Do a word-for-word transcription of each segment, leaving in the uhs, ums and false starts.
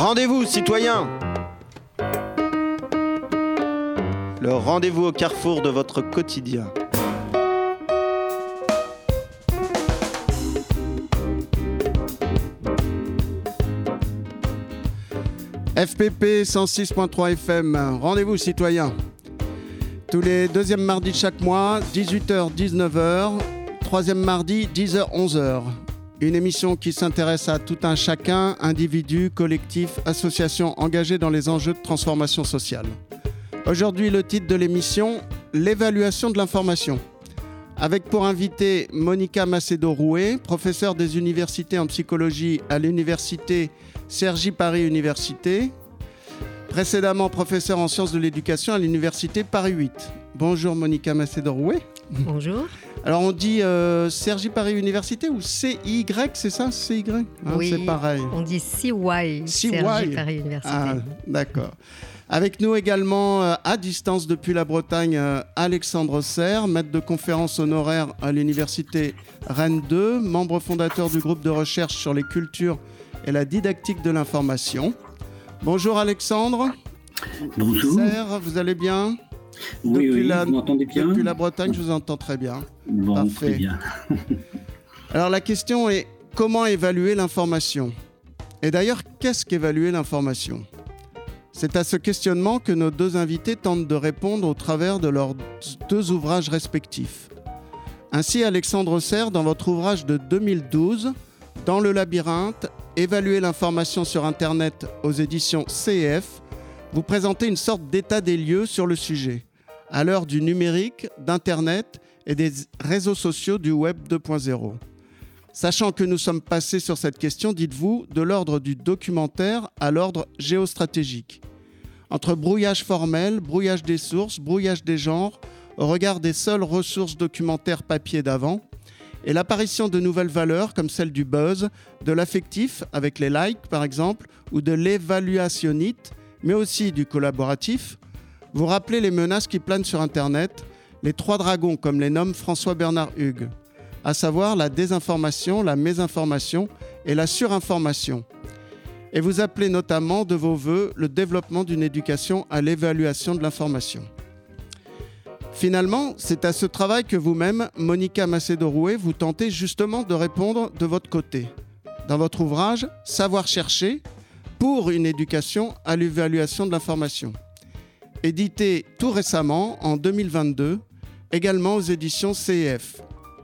Rendez-vous, citoyens! Le rendez-vous au carrefour de votre quotidien. F P P cent six point trois F M, rendez-vous citoyens. Tous les deuxièmes mardis de chaque mois, dix-huit heures dix-neuf heures, troisième mardi, dix heures onze heures. Une émission qui s'intéresse à tout un chacun, individu, collectif, association engagée dans les enjeux de transformation sociale. Aujourd'hui, le titre de l'émission, l'évaluation de l'information. Avec pour invité Monica Macedo-Rouet, professeure des universités en psychologie à l'université Cergy Paris Université, précédemment professeure en sciences de l'éducation à l'université Paris huit. Bonjour Monica Macedo-Rouet. Bonjour. Alors on dit euh, Cergy Paris Université ou C Y, c'est ça, C Y hein, oui, c'est pareil. On dit C Y, Cergy Paris Université. Ah, d'accord. Avec nous également, euh, à distance depuis la Bretagne, euh, Alexandre Serre, maître de conférence honoraire à l'université Rennes deux, membre fondateur du groupe de recherche sur les cultures et la didactique de l'information. Bonjour Alexandre. Bonjour. Serre, vous allez bien ? Oui, depuis oui, la, vous m'entendez bien ? Depuis la Bretagne, je vous entends très bien. Bon, parfait. Très bien. Alors la question est, comment évaluer l'information ? Et d'ailleurs, qu'est-ce qu'évaluer l'information ? C'est à ce questionnement que nos deux invités tentent de répondre au travers de leurs deux ouvrages respectifs. Ainsi, Alexandre Serre, dans votre ouvrage de deux mille douze, « Dans le labyrinthe, évaluer l'information sur Internet » aux éditions C F, vous présentez une sorte d'état des lieux sur le sujet, à l'heure du numérique, d'Internet et des réseaux sociaux du Web deux point zéro. Sachant que nous sommes passés sur cette question, dites-vous, de l'ordre du documentaire à l'ordre géostratégique. Entre brouillage formel, brouillage des sources, brouillage des genres, au regard des seules ressources documentaires papier d'avant, et l'apparition de nouvelles valeurs comme celle du buzz, de l'affectif, avec les likes par exemple, ou de l'évaluationnite, mais aussi du collaboratif, vous rappelez les menaces qui planent sur Internet, les trois dragons comme les nomme François-Bernard Hugues, à savoir la désinformation, la mésinformation et la surinformation. Et vous appelez notamment de vos vœux le développement d'une éducation à l'évaluation de l'information. Finalement, c'est à ce travail que vous-même, Monica Macedo-Rouet, vous tentez justement de répondre de votre côté. Dans votre ouvrage « Savoir chercher » pour une éducation à l'évaluation de l'information. Édité tout récemment, en deux mille vingt-deux, également aux éditions C F.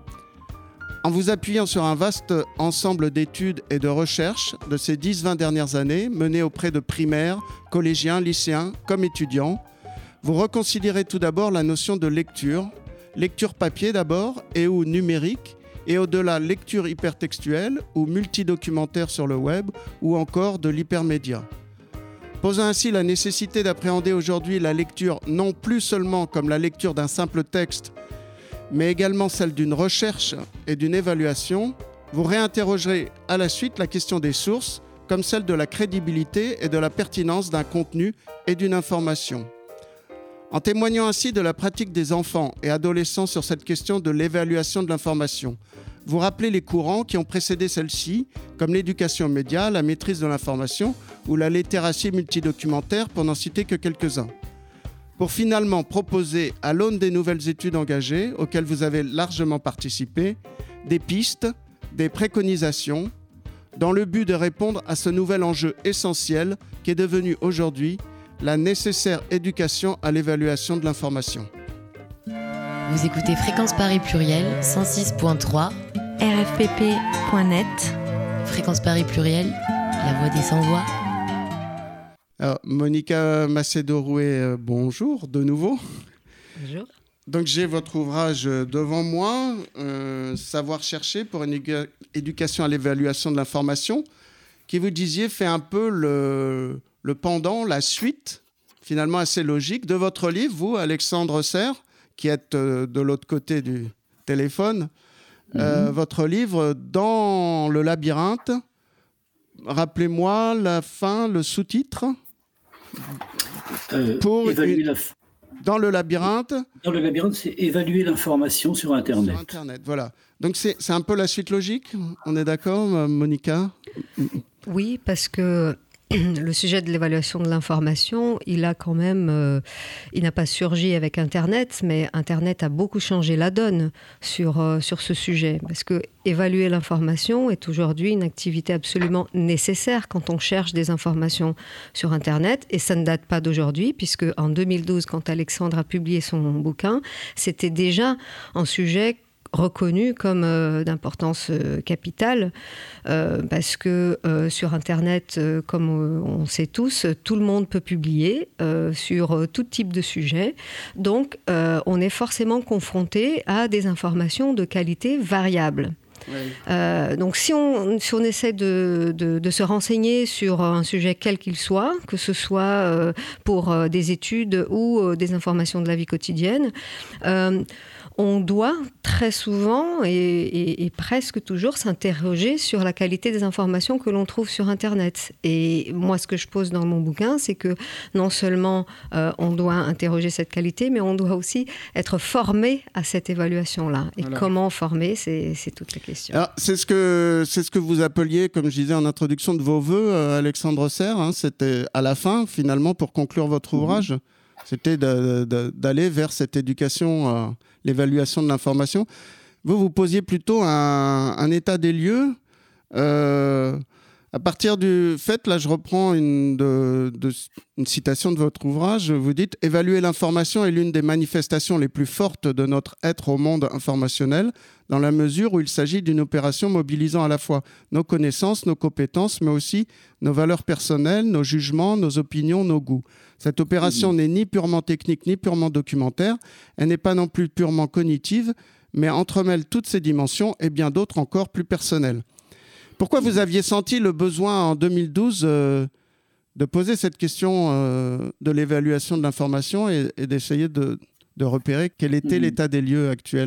En vous appuyant sur un vaste ensemble d'études et de recherches de ces dix à vingt dernières années, menées auprès de primaires, collégiens, lycéens comme étudiants, vous reconsidérez tout d'abord la notion de lecture, lecture papier d'abord et ou numérique, et au-delà lecture hypertextuelle ou multidocumentaire sur le web ou encore de l'hypermédia. Posant ainsi la nécessité d'appréhender aujourd'hui la lecture non plus seulement comme la lecture d'un simple texte, mais également celle d'une recherche et d'une évaluation, vous réinterrogerez à la suite la question des sources comme celle de la crédibilité et de la pertinence d'un contenu et d'une information. En témoignant ainsi de la pratique des enfants et adolescents sur cette question de l'évaluation de l'information, vous rappelez les courants qui ont précédé celle-ci, comme l'éducation aux médias, la maîtrise de l'information ou la littératie multidocumentaire, pour n'en citer que quelques-uns. Pour finalement proposer, à l'aune des nouvelles études engagées, auxquelles vous avez largement participé, des pistes, des préconisations, dans le but de répondre à ce nouvel enjeu essentiel qui est devenu aujourd'hui la nécessaire éducation à l'évaluation de l'information. Vous écoutez Fréquence Paris Pluriel, cent six point trois, R F P P point net. Fréquence Paris Pluriel, la voix des sans-voix. Alors, Monica Macedo-Rouet, euh, bonjour de nouveau. Bonjour. Donc j'ai votre ouvrage devant moi, euh, Savoir chercher pour une égu- éducation à l'évaluation de l'information, qui, vous disiez, fait un peu le, le pendant, la suite, finalement assez logique, de votre livre, vous, Alexandre Serre, qui êtes euh, de l'autre côté du téléphone. Mmh. Euh, votre livre, Dans le labyrinthe. Rappelez-moi la fin, le sous-titre. Euh, pour évaluer une... la... Dans le labyrinthe. Dans le labyrinthe, c'est évaluer l'information sur Internet. Sur Internet, voilà. Donc c'est, c'est un peu la suite logique, on est d'accord, Monica ? Oui, parce que le sujet de l'évaluation de l'information, il a quand même, euh, il n'a pas surgi avec Internet, mais Internet a beaucoup changé la donne sur, euh, sur ce sujet. Parce que évaluer l'information est aujourd'hui une activité absolument nécessaire quand on cherche des informations sur Internet. Et ça ne date pas d'aujourd'hui, puisque en deux mille douze, quand Alexandre a publié son bouquin, c'était déjà un sujet reconnu comme euh, d'importance euh, capitale, euh, parce que euh, sur Internet, euh, comme euh, on sait tous, tout le monde peut publier euh, sur euh, tout type de sujet. Donc, euh, on est forcément confronté à des informations de qualité variable. Oui. Euh, donc si on, si on essaie de, de, de se renseigner sur un sujet quel qu'il soit, que ce soit euh, pour euh, des études ou euh, des informations de la vie quotidienne, euh, on doit très souvent et, et, et presque toujours s'interroger sur la qualité des informations que l'on trouve sur Internet. Et moi, ce que je pose dans mon bouquin, c'est que non seulement euh, on doit interroger cette qualité, mais on doit aussi être formé à cette évaluation-là. Et voilà. Comment former, c'est, c'est toute la question. Alors, c'est ce que, c'est ce que vous appeliez, comme je disais en introduction de vos vœux, euh, Alexandre Serre, hein, c'était à la fin, finalement, pour conclure votre ouvrage, mmh. c'était de, de, d'aller vers cette éducation, euh, l'évaluation de l'information. Vous, vous posiez plutôt un, un état des lieux. Euh, à partir du fait, là je reprends une, de, de, une citation de votre ouvrage, vous dites « Évaluer l'information est l'une des manifestations les plus fortes de notre être au monde informationnel, dans la mesure où il s'agit d'une opération mobilisant à la fois nos connaissances, nos compétences, mais aussi nos valeurs personnelles, nos jugements, nos opinions, nos goûts. Cette opération mmh. n'est ni purement technique, ni purement documentaire. Elle n'est pas non plus purement cognitive, mais entremêle toutes ces dimensions et bien d'autres encore plus personnelles. » Pourquoi vous aviez senti le besoin en deux mille douze euh, de poser cette question euh, de l'évaluation de l'information et, et d'essayer de, de repérer quel était mmh. l'état des lieux actuel ?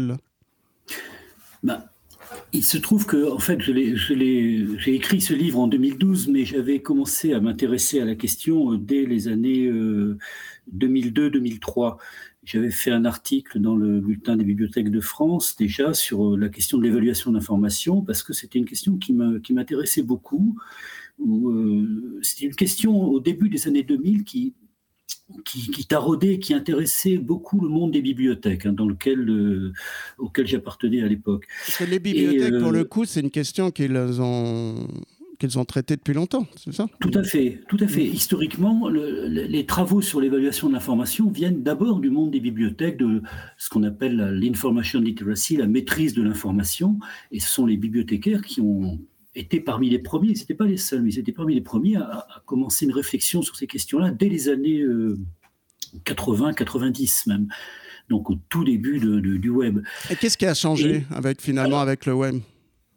Ben, il se trouve que, en fait, je l'ai, je l'ai, j'ai écrit ce livre en deux mille douze, mais j'avais commencé à m'intéresser à la question dès les années euh, deux mille deux deux mille trois. J'avais fait un article dans le bulletin des bibliothèques de France déjà sur la question de l'évaluation de l'information parce que c'était une question qui, me, qui m'intéressait beaucoup. Euh, c'était une question au début des années deux mille qui, qui, qui taraudait, qui intéressait beaucoup le monde des bibliothèques hein, dans lequel, euh, auquel j'appartenais à l'époque. Parce que les bibliothèques, Et, euh, pour le coup, c'est une question qu'ils ont... qu'ils ont traité depuis longtemps, c'est ça ? Tout à fait, tout à fait. Historiquement, le, les travaux sur l'évaluation de l'information viennent d'abord du monde des bibliothèques, de ce qu'on appelle l'information literacy, la maîtrise de l'information, et ce sont les bibliothécaires qui ont été parmi les premiers, ils n'étaient pas les seuls, mais ils étaient parmi les premiers à, à commencer une réflexion sur ces questions-là dès les années euh, quatre-vingts quatre-vingt-dix même, donc au tout début de, de, du web. Et qu'est-ce qui a changé et, avec, finalement alors, avec le web ?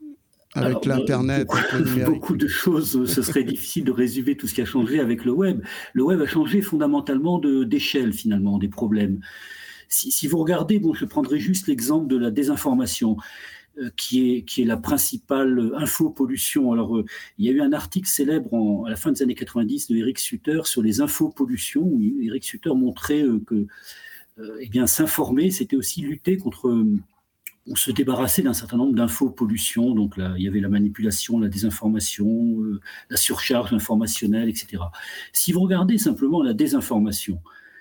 Avec Alors, l'Internet, beaucoup, avec le numérique. Beaucoup de choses, ce serait difficile de résumer tout ce qui a changé avec le web. Le web a changé fondamentalement de, d'échelle, finalement, des problèmes. Si, si vous regardez, bon, je prendrai juste l'exemple de la désinformation, euh, qui, est, qui est la principale infopollution. Alors, euh, il y a eu un article célèbre en, à la fin des années quatre-vingt-dix de Eric Suter sur les infopollutions, où Eric Suter montrait euh, que euh, eh bien, s'informer, c'était aussi lutter contre... Euh, on se débarrassait d'un certain nombre d'infopollutions. Donc là, il y avait la manipulation, la désinformation, euh, la surcharge informationnelle, et cetera. Si vous regardez simplement la désinformation,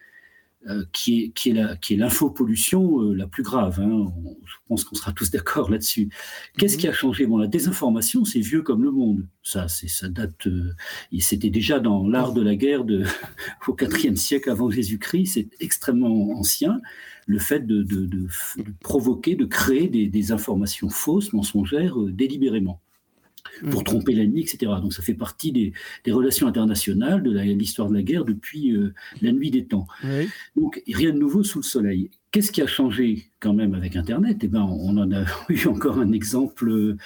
euh, qui, est, qui, est la, qui est l'infopollution euh, la plus grave, hein, on, je pense qu'on sera tous d'accord là-dessus. Qu'est-ce mmh. qui a changé ? Bon, la désinformation, c'est vieux comme le monde. Ça, c'est, ça date... Euh, c'était déjà dans l'art de la guerre de, au quatrième siècle avant Jésus-Christ. C'est extrêmement ancien. Le fait de, de, de, de provoquer, de créer des, des informations fausses, mensongères, euh, délibérément, pour mmh. tromper l'ennemi, et cetera. Donc ça fait partie des, des relations internationales, de, la, de l'histoire de la guerre depuis euh, la nuit des temps. Oui. Donc rien de nouveau sous le soleil. Qu'est-ce qui a changé quand même avec Internet ? Eh ben, on en a eu encore un exemple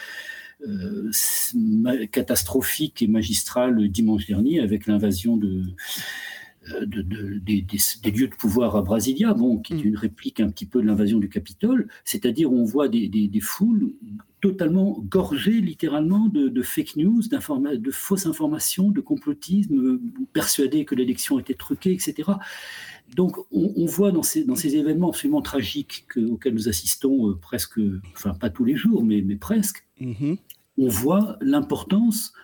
euh, catastrophique et magistral dimanche dernier avec l'invasion de... De, de, des, des, des lieux de pouvoir à Brasilia, bon, qui est une réplique un petit peu de l'invasion du Capitole, c'est-à-dire où on voit des, des, des foules totalement gorgées littéralement de, de fake news, de fausses informations, de complotisme, persuadées que l'élection était truquée, et cetera. Donc on, on voit dans ces, dans ces événements absolument tragiques que, auxquels nous assistons euh, presque, enfin pas tous les jours, mais, mais presque, mm-hmm. on voit l'importance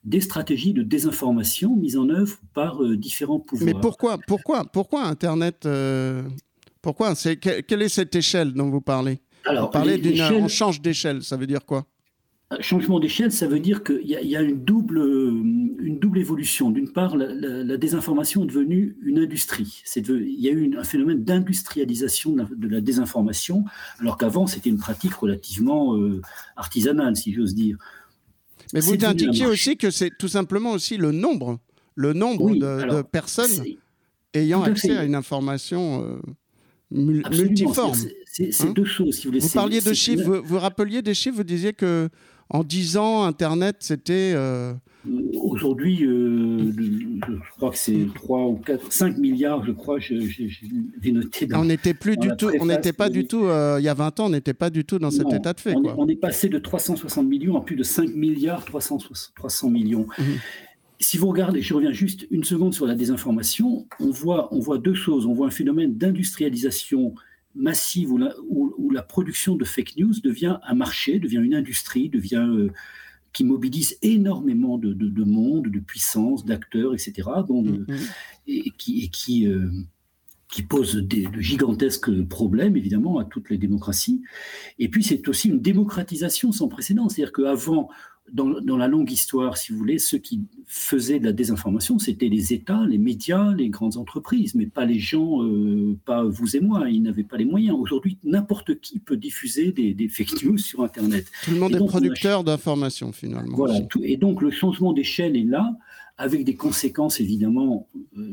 des stratégies de désinformation mises en œuvre par euh, différents pouvoirs. Mais pourquoi, pourquoi, pourquoi Internet euh, pourquoi c'est, quelle est cette échelle dont vous parlez? Alors, vous parlez d'une... l'échelle... On change d'échelle, ça veut dire quoi? Changement d'échelle, ça veut dire qu'il y a, il y a une, double, une double évolution. D'une part, la, la, la désinformation est devenue une industrie. C'est de, il y a eu une, un phénomène d'industrialisation de la, de la désinformation, alors qu'avant, c'était une pratique relativement euh, artisanale, si j'ose dire. Mais vous indiquiez aussi que c'est tout simplement aussi le nombre, le nombre oui, de, alors, de personnes ayant accès fait. à une information euh, mul- multiforme. C'est, c'est, c'est hein deux choses, si vous voulez. Vous parliez de chiffres, vous, vous rappeliez des chiffres, vous disiez que en dix ans, Internet, c'était... Euh... Aujourd'hui, euh, je crois que c'est trois ou quatre, cinq milliards, je crois, je, je, j'ai noté dans, on n'était plus du tout, on n'était pas du tout, euh, il y a vingt ans, on n'était pas du tout dans non, cet état de fait. On, quoi. on est passé de trois cent soixante millions à plus de cinq milliards trois cents millions. Mmh. Si vous regardez, je reviens juste une seconde sur la désinformation, on voit, on voit deux choses. On voit un phénomène d'industrialisation massive où la, où, où la production de fake news devient un marché, devient une industrie, devient, euh, qui mobilise énormément de, de, de monde, de puissance, d'acteurs, et cetera, dont, mm-hmm. euh, et qui, et qui, euh, qui pose des, de gigantesques problèmes, évidemment, à toutes les démocraties. Et puis, c'est aussi une démocratisation sans précédent. C'est-à-dire qu'avant, dans, dans la longue histoire, si vous voulez, ceux qui faisaient de la désinformation, c'était les États, les médias, les grandes entreprises, mais pas les gens, euh, pas vous et moi, ils n'avaient pas les moyens. Aujourd'hui, n'importe qui peut diffuser des, des fake news sur Internet. Tout le monde et est donc, producteur a... d'informations, finalement. Voilà, tout, et donc le changement d'échelle est là, avec des conséquences, évidemment, euh,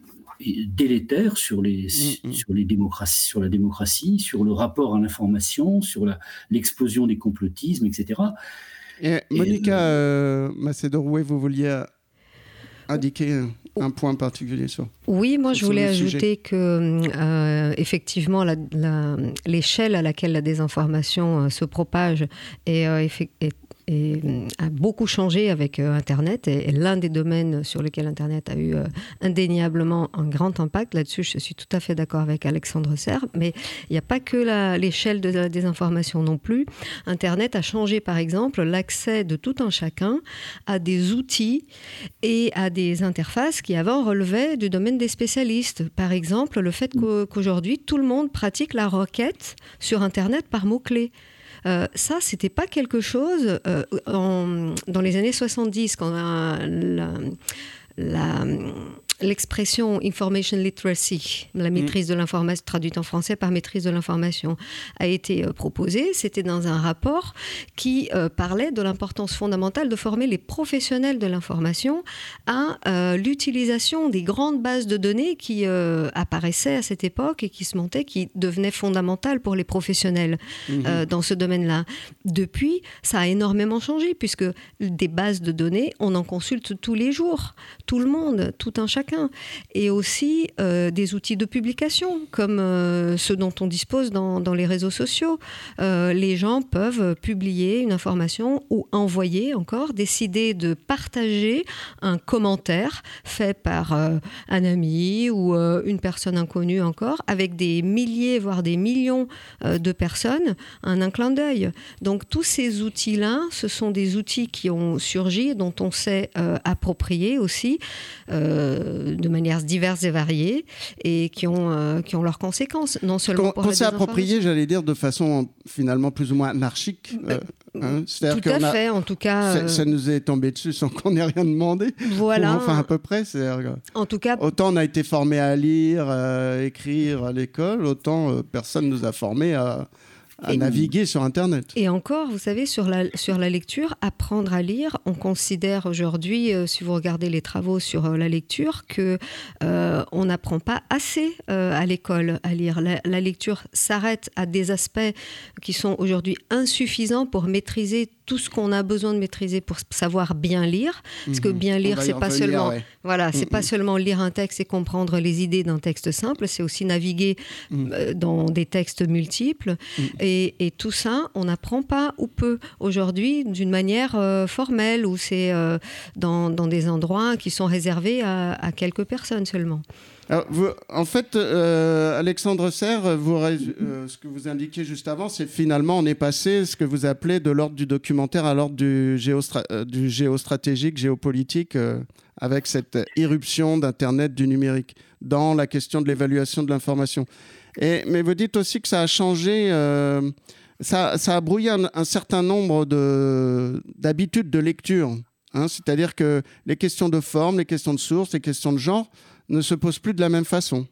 délétères sur, les, mmh. sur, les démocraties, sur la démocratie, sur le rapport à l'information, sur la, l'explosion des complotismes, et cetera. Et Monica euh, Macé-de-Rouet, vous vouliez indiquer un, un point particulier sur Oui, moi sur je voulais ajouter que euh, effectivement la, la, l'échelle à laquelle la désinformation euh, se propage est, euh, est, est Et a beaucoup changé avec euh, Internet et, et l'un des domaines sur lesquels Internet a eu euh, indéniablement un grand impact. Là-dessus, je suis tout à fait d'accord avec Alexandre Serre, mais il n'y a pas que la, l'échelle de la désinformation non plus. Internet a changé, par exemple, l'accès de tout un chacun à des outils et à des interfaces qui avant relevaient du domaine des spécialistes. Par exemple, le fait qu'au, qu'aujourd'hui, tout le monde pratique la requête sur Internet par mots-clés. Euh, ça, c'était pas quelque chose euh, en, dans les années soixante-dix, quand la, la, la, l'expression information literacy, la maîtrise de l'information, traduite en français par maîtrise de l'information, a été euh, proposée. C'était dans un rapport qui euh, parlait de l'importance fondamentale de former les professionnels de l'information à euh, l'utilisation des grandes bases de données qui euh, apparaissaient à cette époque et qui se montaient, qui devenaient fondamentales pour les professionnels mmh. euh, dans ce domaine-là. Depuis, ça a énormément changé, puisque des bases de données, on en consulte tous les jours. Tout le monde, tout un chacun. Et aussi euh, des outils de publication, comme euh, ceux dont on dispose dans, dans les réseaux sociaux. Euh, les gens peuvent publier une information ou envoyer encore, décider de partager un commentaire fait par euh, un ami ou euh, une personne inconnue encore, avec des milliers, voire des millions euh, de personnes, en un clin d'œil. Donc tous ces outils-là, ce sont des outils qui ont surgi, dont on s'est euh, approprié aussi, euh, de manières diverses et variées, et qui ont, euh, qui ont leurs conséquences, non seulement quand, pour quand la c'est approprié, j'allais dire, de façon finalement plus ou moins anarchique. Euh, hein, tout à fait, a, en tout cas. Ça, euh... ça nous est tombé dessus sans qu'on ait rien demandé. Voilà. Enfin, à peu près. C'est-à-dire, en tout cas. Autant on a été formé à lire, à écrire à l'école, autant euh, personne ne nous a formés à. à et naviguer sur Internet. Et encore, vous savez, sur la, sur la lecture, apprendre à lire, on considère aujourd'hui, euh, si vous regardez les travaux sur euh, la lecture, qu'on euh, n'apprend pas assez euh, à l'école à lire. La, la lecture s'arrête à des aspects qui sont aujourd'hui insuffisants pour maîtriser tout ce qu'on a besoin de maîtriser pour savoir bien lire. Parce mmh. que bien lire, c'est pas revenir, seulement, ouais. voilà, c'est mmh. pas seulement lire un texte et comprendre les idées d'un texte simple, c'est aussi naviguer mmh. euh, dans des textes multiples. Mmh. Et Et, et tout ça, on n'apprend pas ou peu aujourd'hui d'une manière euh, formelle, où c'est euh, dans, dans des endroits qui sont réservés à, à quelques personnes seulement. Alors, vous, en fait, euh, Alexandre Serre, vous, euh, ce que vous indiquiez juste avant, c'est finalement on est passé ce que vous appelez de l'ordre du documentaire à l'ordre du, géostra- euh, du géostratégique, géopolitique, euh, avec cette irruption d'Internet, du numérique, dans la question de l'évaluation de l'information. Et, mais vous dites aussi que ça a changé, euh, ça, ça a brouillé un, un certain nombre de, d'habitudes de lecture. Hein, c'est-à-dire que les questions de forme, les questions de source, les questions de genre ne se posent plus de la même façon.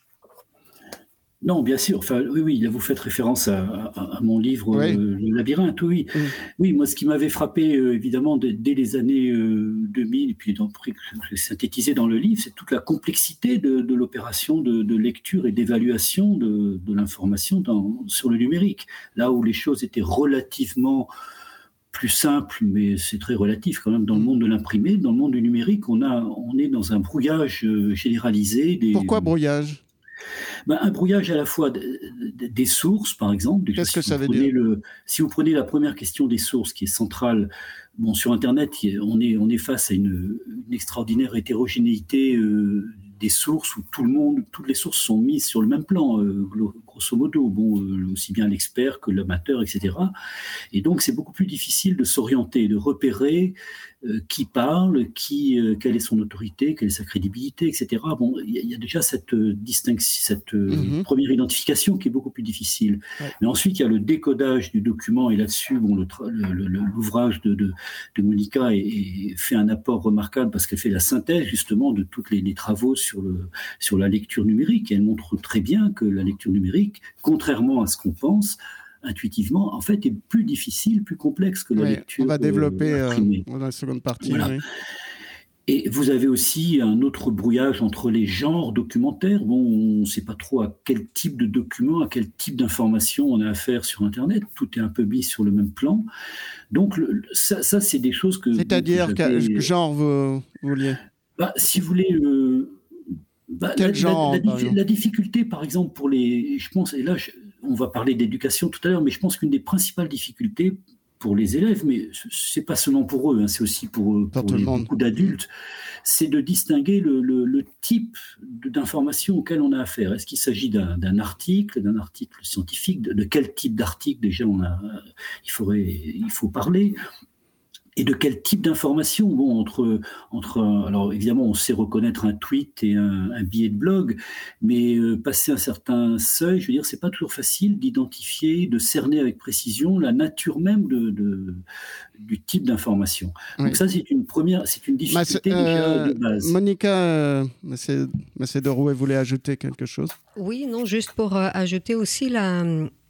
Non, bien sûr. Enfin, oui, oui, là, vous faites référence à, à, à mon livre oui. euh, Le Labyrinthe. Oui, oui. oui, moi, ce qui m'avait frappé, euh, évidemment, de, dès les années euh, deux mille, et puis dans, que j'ai synthétisé dans le livre, c'est toute la complexité de, de l'opération de, de lecture et d'évaluation de, de l'information dans, sur le numérique. Là où les choses étaient relativement plus simple, mais c'est très relatif quand même dans le monde de l'imprimé. Dans le monde du numérique, on, a, on est dans un brouillage généralisé. Des, Pourquoi brouillage ? ben, un brouillage à la fois de, de, des sources, par exemple. Déjà, Qu'est-ce si que ça veut dire le, Si vous prenez la première question des sources, qui est centrale, bon, sur Internet, on est, on est face à une, une extraordinaire hétérogénéité euh, des sources, où tout le monde, toutes les sources sont mises sur le même plan, euh, grosso modo, bon, euh, aussi bien l'expert que l'amateur, et cetera. Et donc, c'est beaucoup plus difficile de s'orienter, de repérer euh, qui parle, qui, euh, quelle est son autorité, quelle est sa crédibilité, et cetera. Bon, il y, y a déjà cette euh, distinction, cette euh, mm-hmm. première identification qui est beaucoup plus difficile. Ouais. Mais ensuite, il y a le décodage du document, et là-dessus, bon, le, le, le, l'ouvrage de, de, de Monica est, est, fait un apport remarquable parce qu'elle fait la synthèse justement de tous les, les travaux sur, le, sur la lecture numérique. Et elle montre très bien que la lecture numérique, contrairement à ce qu'on pense, intuitivement, en fait, est plus difficile, plus complexe que la oui, lecture on va développer euh, euh, dans la seconde partie. Voilà. Oui. Et vous avez aussi un autre brouillage entre les genres documentaires. Bon, on ne sait pas trop à quel type de document, à quel type d'information on a affaire sur Internet. Tout est un peu mis sur le même plan. Donc, le, ça, ça, c'est des choses que... C'est-à-dire quel genre vous, vous vouliez bah, si vous voulez... Euh, bah, quel la, genre la, la, la difficulté, par exemple, pour les... Je pense, et là, je, on va parler d'éducation tout à l'heure, mais je pense qu'une des principales difficultés pour les élèves, mais c'est pas seulement pour eux, hein, c'est aussi pour, pour les, beaucoup d'adultes, c'est de distinguer le, le, le type d'information auquel on a affaire. Est-ce qu'il s'agit d'un, d'un article, d'un article scientifique, de, de quel type d'article déjà on a, il faudrait, il faut parler? Et de quel type d'information? Bon, entre, entre, alors évidemment, on sait reconnaître un tweet et un, un billet de blog, mais euh, passer un certain seuil, je veux dire, c'est pas toujours facile d'identifier, de cerner avec précision la nature même de, de, du type d'information. Oui. Donc ça, c'est une première, c'est une difficulté Mas, euh, déjà de base. Monica euh, Macé-Derouet voulait ajouter quelque chose? Oui, non, juste pour euh, ajouter aussi la...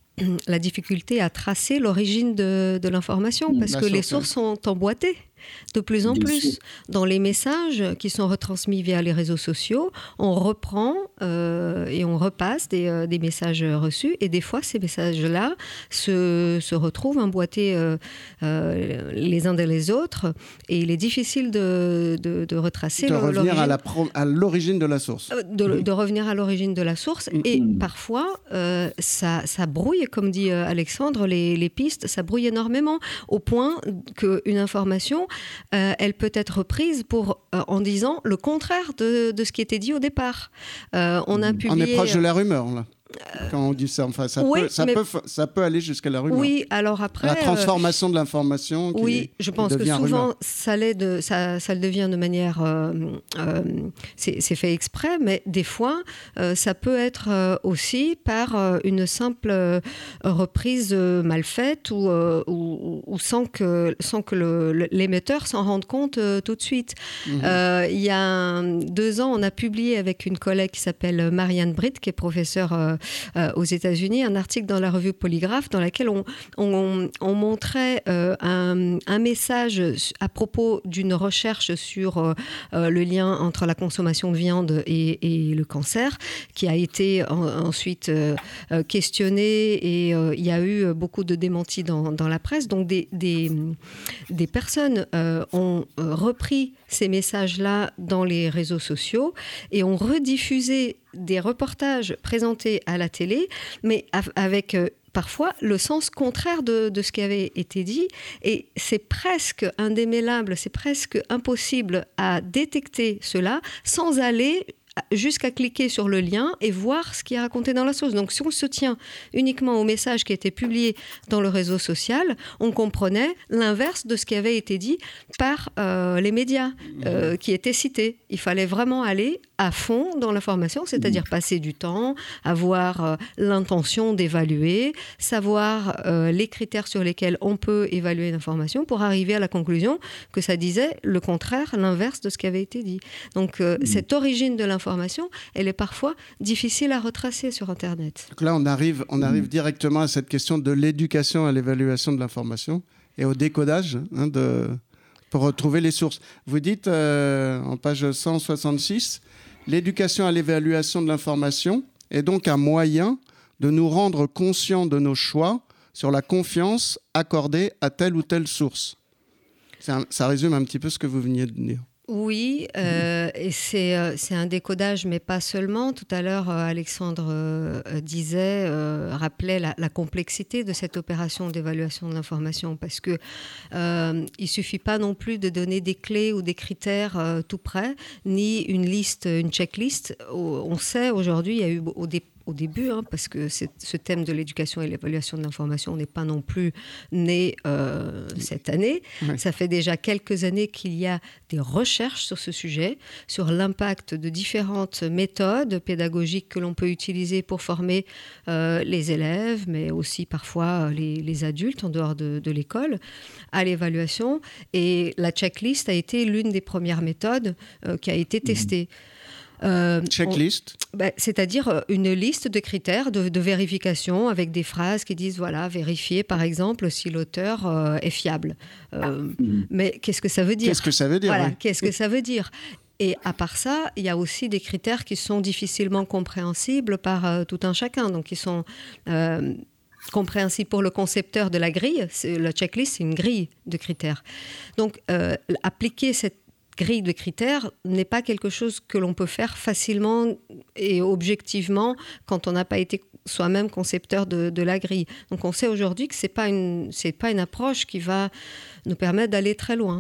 la difficulté à tracer l'origine de, de l'information, parce Bien que sûr, les sources sont emboîtées de plus en Bien plus. Sûr. Dans les messages qui sont retransmis via les réseaux sociaux, on reprend euh, et on repasse des, euh, des messages reçus, et des fois ces messages-là se, se retrouvent emboîtés euh, euh, les uns dans les autres, et il est difficile de, de, de retracer de le, revenir l'origine. À, la pro- à l'origine de la source. De, mmh. de revenir à l'origine de la source, mmh. et parfois euh, ça, ça brouille, comme dit Alexandre, les, les pistes, ça brouille énormément, au point qu'une information Euh, elle peut être prise pour, euh, en disant le contraire de, de ce qui était dit au départ. Euh, on a publié... On est proche de la rumeur, là. Quand on dit ça, enfin, ça, oui, peut, ça, mais... peut, ça peut aller jusqu'à la rumeur. Oui, alors après... La transformation euh... de l'information qui Oui, je pense que souvent, ça, de, ça, ça le devient de manière... Euh, euh, c'est, c'est fait exprès, mais des fois, euh, ça peut être euh, aussi par euh, une simple euh, reprise euh, mal faite, ou, euh, ou, ou sans que, sans que le, le, l'émetteur s'en rende compte euh, tout de suite. Mm-hmm. Euh, il y a deux ans, on a publié avec une collègue qui s'appelle Marianne Britt, qui est professeure... Euh, Euh, aux États-Unis, un article dans la revue Polygraphe dans laquelle on, on, on montrait euh, un, un message à propos d'une recherche sur euh, le lien entre la consommation de viande et, et le cancer, qui a été en, ensuite euh, questionné, et euh, il y a eu beaucoup de démentis dans, dans la presse. Donc des, des, des personnes euh, ont repris ces messages-là dans les réseaux sociaux et ont rediffusé des reportages présentés à la télé, mais avec parfois le sens contraire de, de ce qui avait été dit. Et c'est presque indémêlable, c'est presque impossible à détecter cela sans aller jusqu'à cliquer sur le lien et voir ce qui est raconté dans la source. Donc, si on se tient uniquement au message qui a été publié dans le réseau social, on comprenait l'inverse de ce qui avait été dit par euh, les médias euh, qui étaient cités. Il fallait vraiment aller à fond dans l'information, c'est-à-dire passer du temps, avoir euh, l'intention d'évaluer, savoir euh, les critères sur lesquels on peut évaluer l'information pour arriver à la conclusion que ça disait le contraire, l'inverse de ce qui avait été dit. Donc, euh, mmh. cette origine de l'information Information, elle est parfois difficile à retracer sur Internet. Donc là, on arrive, on arrive mmh. directement à cette question de l'éducation à l'évaluation de l'information et au décodage hein, de, pour retrouver les sources. Vous dites euh, en page cent soixante-six, l'éducation à l'évaluation de l'information est donc un moyen de nous rendre conscients de nos choix sur la confiance accordée à telle ou telle source. C'est un, ça résume un petit peu ce que vous veniez de dire. Oui, euh, et c'est, euh, c'est un décodage, mais pas seulement. Tout à l'heure, euh, Alexandre euh, disait, euh, rappelait la, la complexité de cette opération d'évaluation de l'information, parce que euh, il suffit pas non plus de donner des clés ou des critères euh, tout près, ni une liste, une checklist. On sait aujourd'hui, il y a eu au départ, au début, hein, parce que c'est, ce thème de l'éducation et l'évaluation de l'information n'est pas non plus né euh, cette année. Oui. Ça fait déjà quelques années qu'il y a des recherches sur ce sujet, sur l'impact de différentes méthodes pédagogiques que l'on peut utiliser pour former euh, les élèves, mais aussi parfois les, les adultes en dehors de, de l'école, à l'évaluation. Et la checklist a été l'une des premières méthodes euh, qui a été testée. Mmh. Euh, Checklist on, bah, c'est-à-dire une liste de critères de, de vérification avec des phrases qui disent, voilà, vérifier par exemple si l'auteur euh, est fiable. Euh, mmh. Mais qu'est-ce que ça veut dire ? Qu'est-ce que ça veut dire Voilà, oui. qu'est-ce que ça veut dire ? Et à part ça, il y a aussi des critères qui sont difficilement compréhensibles par euh, tout un chacun. Donc, ils sont... Euh, compréhensible pour le concepteur de la grille. C'est, la checklist, c'est une grille de critères. Donc, euh, appliquer cette grille de critères n'est pas quelque chose que l'on peut faire facilement et objectivement quand on n'a pas été soi-même concepteur de, de la grille. Donc on sait aujourd'hui que ce n'est pas une, c'est pas une approche qui va nous permettre d'aller très loin.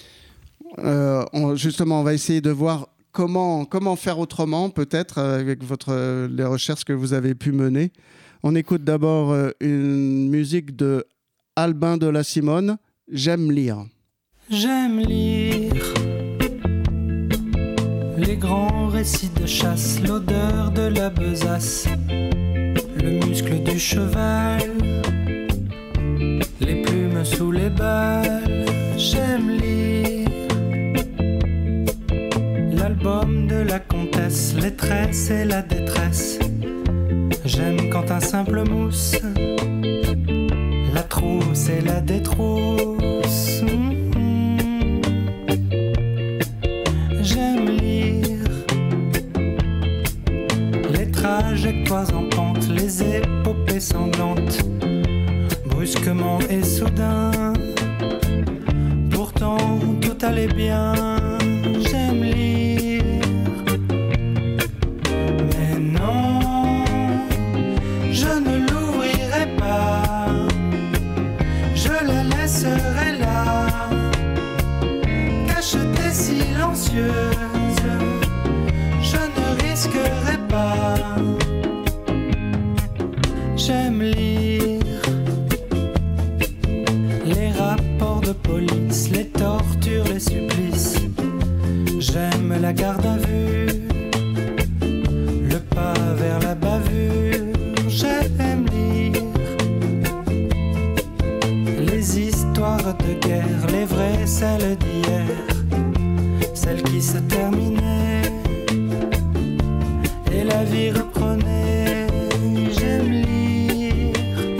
Euh, on, justement, on va essayer de voir comment, comment faire autrement, peut-être, avec votre, les recherches que vous avez pu mener. On écoute d'abord une musique de Albin de la Simone, « J'aime lire ». J'aime lire les grands récits de chasse, l'odeur de la besace, le muscle du cheval, les plumes sous les balles. J'aime lire l'album de la comtesse, les tresses et la détresse. J'aime quand un simple mousse, la trousse et la détrousse. J'aime lire les trajectoires en pente, les épopées sanglantes, brusquement et soudain. Pourtant tout allait bien. J'aime lire, mais non, je ne l'ouvrirai pas. Je la laisserai là, cachetée, silencieuse. Je ne risquerai pas. J'aime lire les rapports de police, les tortures, les supplices. J'aime la garde à vue, le pas vers la bavure. J'aime lire les histoires de guerre, les vraies, celles d'hier, celles qui se terminaient et la vie reprenait. J'aime lire,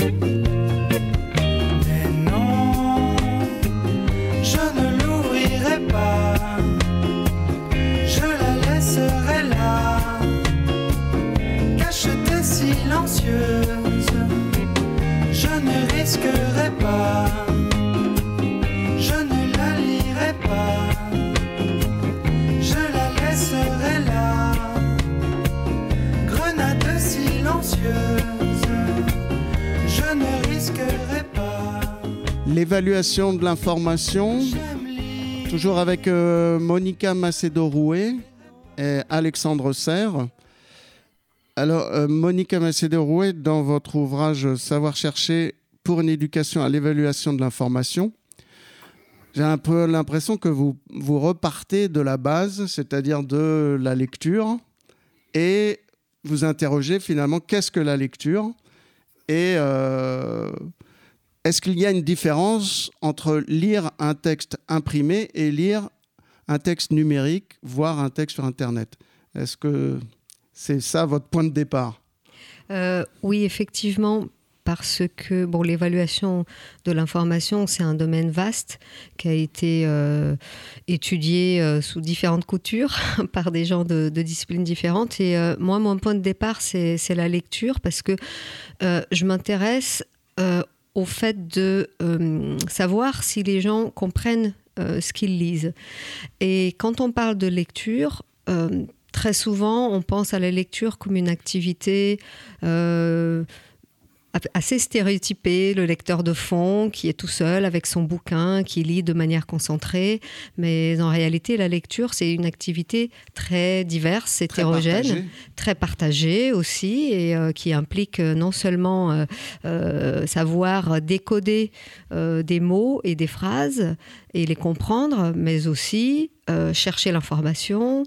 mais non, je ne l'ouvrirai pas. Je la laisserai là, cachetée, silencieuse. Je ne risquerai pas. Je ne la lirai pas. Je la laisserai là, grenade silencieuse. Je dirai pas. L'évaluation de l'information, toujours avec euh, Monica Macedo-Rouet et Alexandre Serre. Alors, euh, Monica Macedo-Rouet, dans votre ouvrage « Savoir chercher pour une éducation à l'évaluation de l'information », j'ai un peu l'impression que vous, vous repartez de la base, c'est-à-dire de la lecture, et vous interrogez finalement qu'est-ce que la lecture et euh, est-ce qu'il y a une différence entre lire un texte imprimé et lire un texte numérique, voire un texte sur Internet? Est-ce que c'est ça votre point de départ? euh, Oui, effectivement. Parce que bon, l'évaluation de l'information, c'est un domaine vaste qui a été euh, étudié euh, sous différentes coutures par des gens de, de disciplines différentes. Et euh, moi, mon point de départ, c'est, c'est la lecture parce que euh, je m'intéresse euh, au fait de euh, savoir si les gens comprennent euh, ce qu'ils lisent. Et quand on parle de lecture, euh, très souvent, on pense à la lecture comme une activité Euh, assez stéréotypé, le lecteur de fond qui est tout seul avec son bouquin, qui lit de manière concentrée. Mais en réalité, la lecture, c'est une activité très diverse, hétérogène, très partagée, très partagée aussi, et euh, qui implique non seulement euh, euh, savoir décoder euh, des mots et des phrases et les comprendre, mais aussi euh, chercher l'information,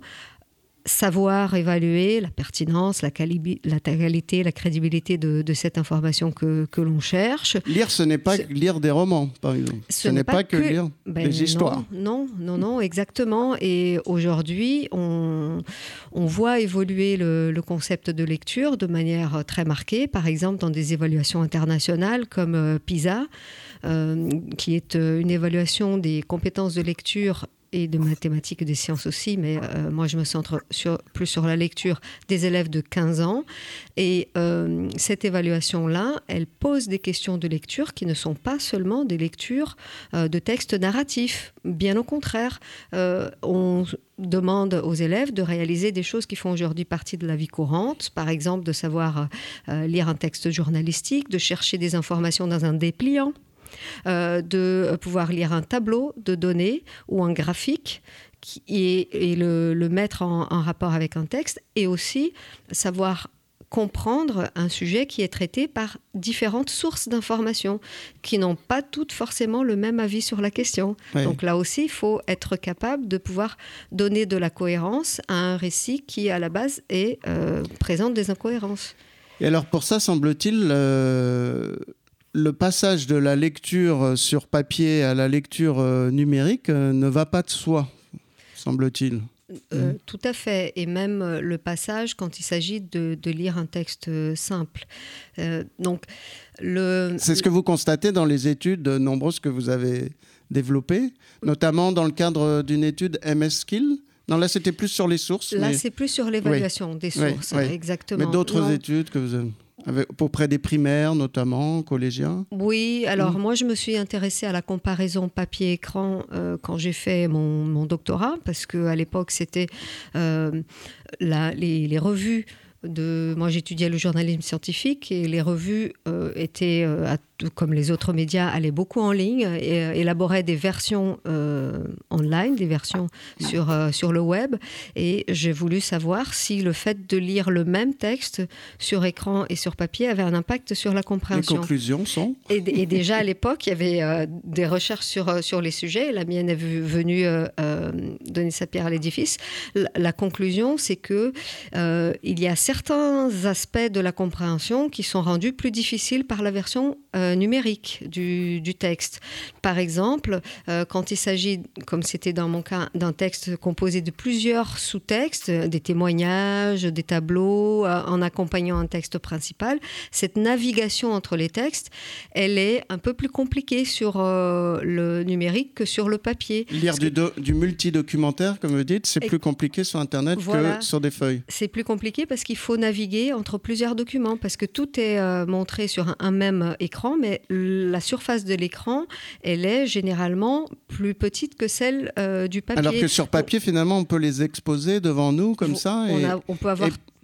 savoir évaluer la pertinence, la, quali- la qualité, la crédibilité de, de cette information que, que l'on cherche. Lire, ce n'est pas ce... lire des romans, par exemple. Ce, ce n'est, n'est pas, pas que, que lire ben des histoires. Non, non, non, non, exactement. Et aujourd'hui, on, on voit évoluer le, le concept de lecture de manière très marquée. Par exemple, dans des évaluations internationales comme euh, PISA, euh, qui est euh, une évaluation des compétences de lecture et de mathématiques et des sciences aussi, mais euh, moi je me centre sur, plus sur la lecture des élèves de quinze ans. Et euh, cette évaluation-là, elle pose des questions de lecture qui ne sont pas seulement des lectures euh, de textes narratifs. Bien au contraire, euh, on demande aux élèves de réaliser des choses qui font aujourd'hui partie de la vie courante, par exemple de savoir euh, lire un texte journalistique, de chercher des informations dans un dépliant, Euh, de pouvoir lire un tableau de données ou un graphique qui, et, et le, le mettre en, en rapport avec un texte, et aussi savoir comprendre un sujet qui est traité par différentes sources d'informations qui n'ont pas toutes forcément le même avis sur la question. Oui. Donc là aussi, il faut être capable de pouvoir donner de la cohérence à un récit qui, à la base, est, euh, présente des incohérences. Et alors pour ça, semble-t-il... Euh... le passage de la lecture sur papier à la lecture euh, numérique euh, ne va pas de soi, semble-t-il. Euh, mmh. Tout à fait. Et même euh, le passage quand il s'agit de, de lire un texte euh, simple. Euh, donc, le... C'est ce que vous constatez dans les études nombreuses que vous avez développées, notamment dans le cadre d'une étude M S Skill. Non, là, c'était plus sur les sources. Là, mais... c'est plus sur l'évaluation oui. des sources, oui, oui. exactement. Mais d'autres non. études que vous avez... Avec, auprès des primaires, notamment, collégiens? Oui, alors mmh. moi, je me suis intéressée à la comparaison papier-écran euh, quand j'ai fait mon, mon doctorat, parce qu'à l'époque, c'était euh, la, les, les revues de... Moi, j'étudiais le journalisme scientifique et les revues euh, étaient, euh, à, comme les autres médias, allaient beaucoup en ligne et euh, élaboraient des versions euh, online, des versions sur, euh, sur le web. Et j'ai voulu savoir si le fait de lire le même texte sur écran et sur papier avait un impact sur la compréhension. Les conclusions sont Et, et déjà, à l'époque, il y avait euh, des recherches sur, sur les sujets. La mienne est venue euh, euh, donner sa pierre à l'édifice. La, la conclusion, c'est qu'il euh, y a certains aspects de la compréhension qui sont rendus plus difficiles par la version euh, numérique du, du texte. Par exemple, euh, quand il s'agit, comme c'était dans mon cas, d'un texte composé de plusieurs sous-textes, des témoignages, des tableaux, euh, en accompagnant un texte principal, cette navigation entre les textes, elle est un peu plus compliquée sur euh, le numérique que sur le papier. Lire du, do- du multidocumentaire, comme vous dites, c'est et plus compliqué sur Internet voilà, que sur des feuilles. C'est plus compliqué parce qu'il faut naviguer entre plusieurs documents, parce que tout est euh, montré sur un, un même écran, mais la surface de l'écran, elle est généralement plus petite que celle euh, du papier. Alors que sur papier, finalement, on peut les exposer devant nous comme on, ça. On, et, a, on peut avoir... Et...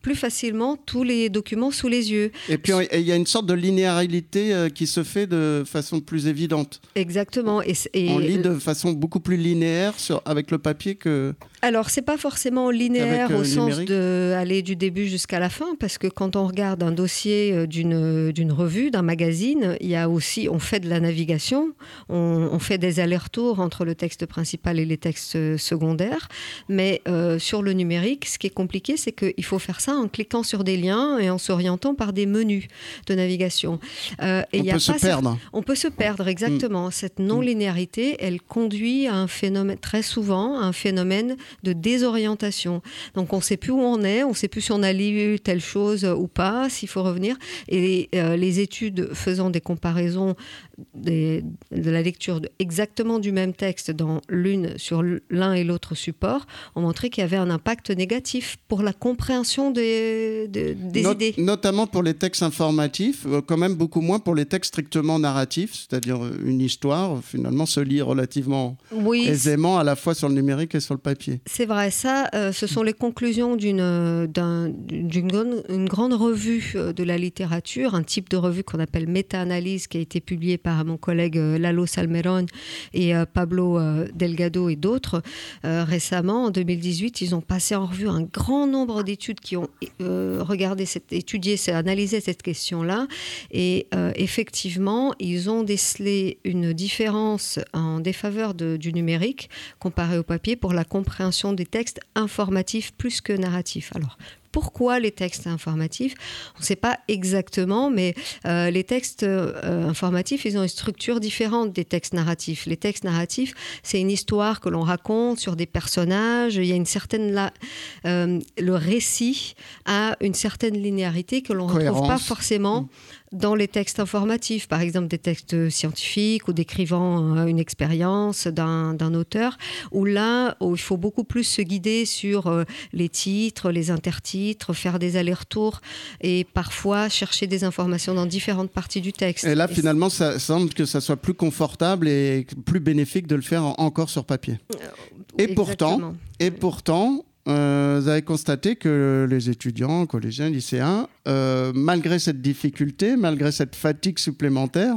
plus facilement tous les documents sous les yeux. Et puis il y a une sorte de linéarité euh, qui se fait de façon plus évidente. Exactement. Et, et on lit de façon beaucoup plus linéaire sur, avec le papier que... Alors, c'est pas forcément linéaire avec, euh, au sens numérique. d'aller du début jusqu'à la fin, parce que quand on regarde un dossier d'une, d'une revue, d'un magazine, il y a aussi, on fait de la navigation, on, on fait des allers-retours entre le texte principal et les textes secondaires, mais euh, sur le numérique, ce qui est compliqué, c'est qu'il faut faire ça en cliquant sur des liens et en s'orientant par des menus de navigation. Euh, et on y a peut se pas perdre. Certes, on peut se perdre, exactement. Mmh. Cette non-linéarité, elle conduit à un phénomène, très souvent, à un phénomène de désorientation. Donc on ne sait plus où on est, on ne sait plus si on a lu telle chose ou pas, s'il faut revenir. Et les, euh, les études faisant des comparaisons des, de la lecture de, exactement du même texte dans l'une, sur l'un et l'autre support ont montré qu'il y avait un impact négatif pour la compréhension des, des, des Not- idées. Notamment pour les textes informatifs, euh, quand même beaucoup moins pour les textes strictement narratifs, c'est-à-dire une histoire, finalement, se lit relativement oui, aisément à la fois sur le numérique et sur le papier. C'est vrai, ça, euh, ce sont les conclusions d'une, d'un, d'une grande, une grande revue de la littérature, un type de revue qu'on appelle méta-analyse, qui a été publiée par mon collègue euh, Lalo Salmerón et euh, Pablo euh, Delgado et d'autres. Euh, récemment, en deux mille dix-huit, ils ont passé en revue un grand nombre d'études qui ont euh, regardé, cette, étudié, analysé cette question-là. Et euh, effectivement, ils ont décelé une différence en défaveur de, du numérique comparé au papier pour la compréhension des textes informatifs plus que narratifs. Alors, pourquoi les textes informatifs ? On ne sait pas exactement, mais euh, les textes euh, informatifs, ils ont une structure différente des textes narratifs. Les textes narratifs, c'est une histoire que l'on raconte sur des personnages. Il y a une certaine... La, euh, le récit a une certaine linéarité que l'on ne retrouve pas forcément mmh. dans les textes informatifs. Par exemple, des textes scientifiques ou décrivant une expérience d'un, d'un auteur, où là, où il faut beaucoup plus se guider sur euh, les titres, les intertitres, faire des allers-retours et parfois chercher des informations dans différentes parties du texte. Et là, et finalement, ça semble que ça soit plus confortable et plus bénéfique de le faire encore sur papier. Euh, et exactement. pourtant, et pourtant euh, vous avez constaté que les étudiants, collégiens, lycéens, euh, malgré cette difficulté, malgré cette fatigue supplémentaire,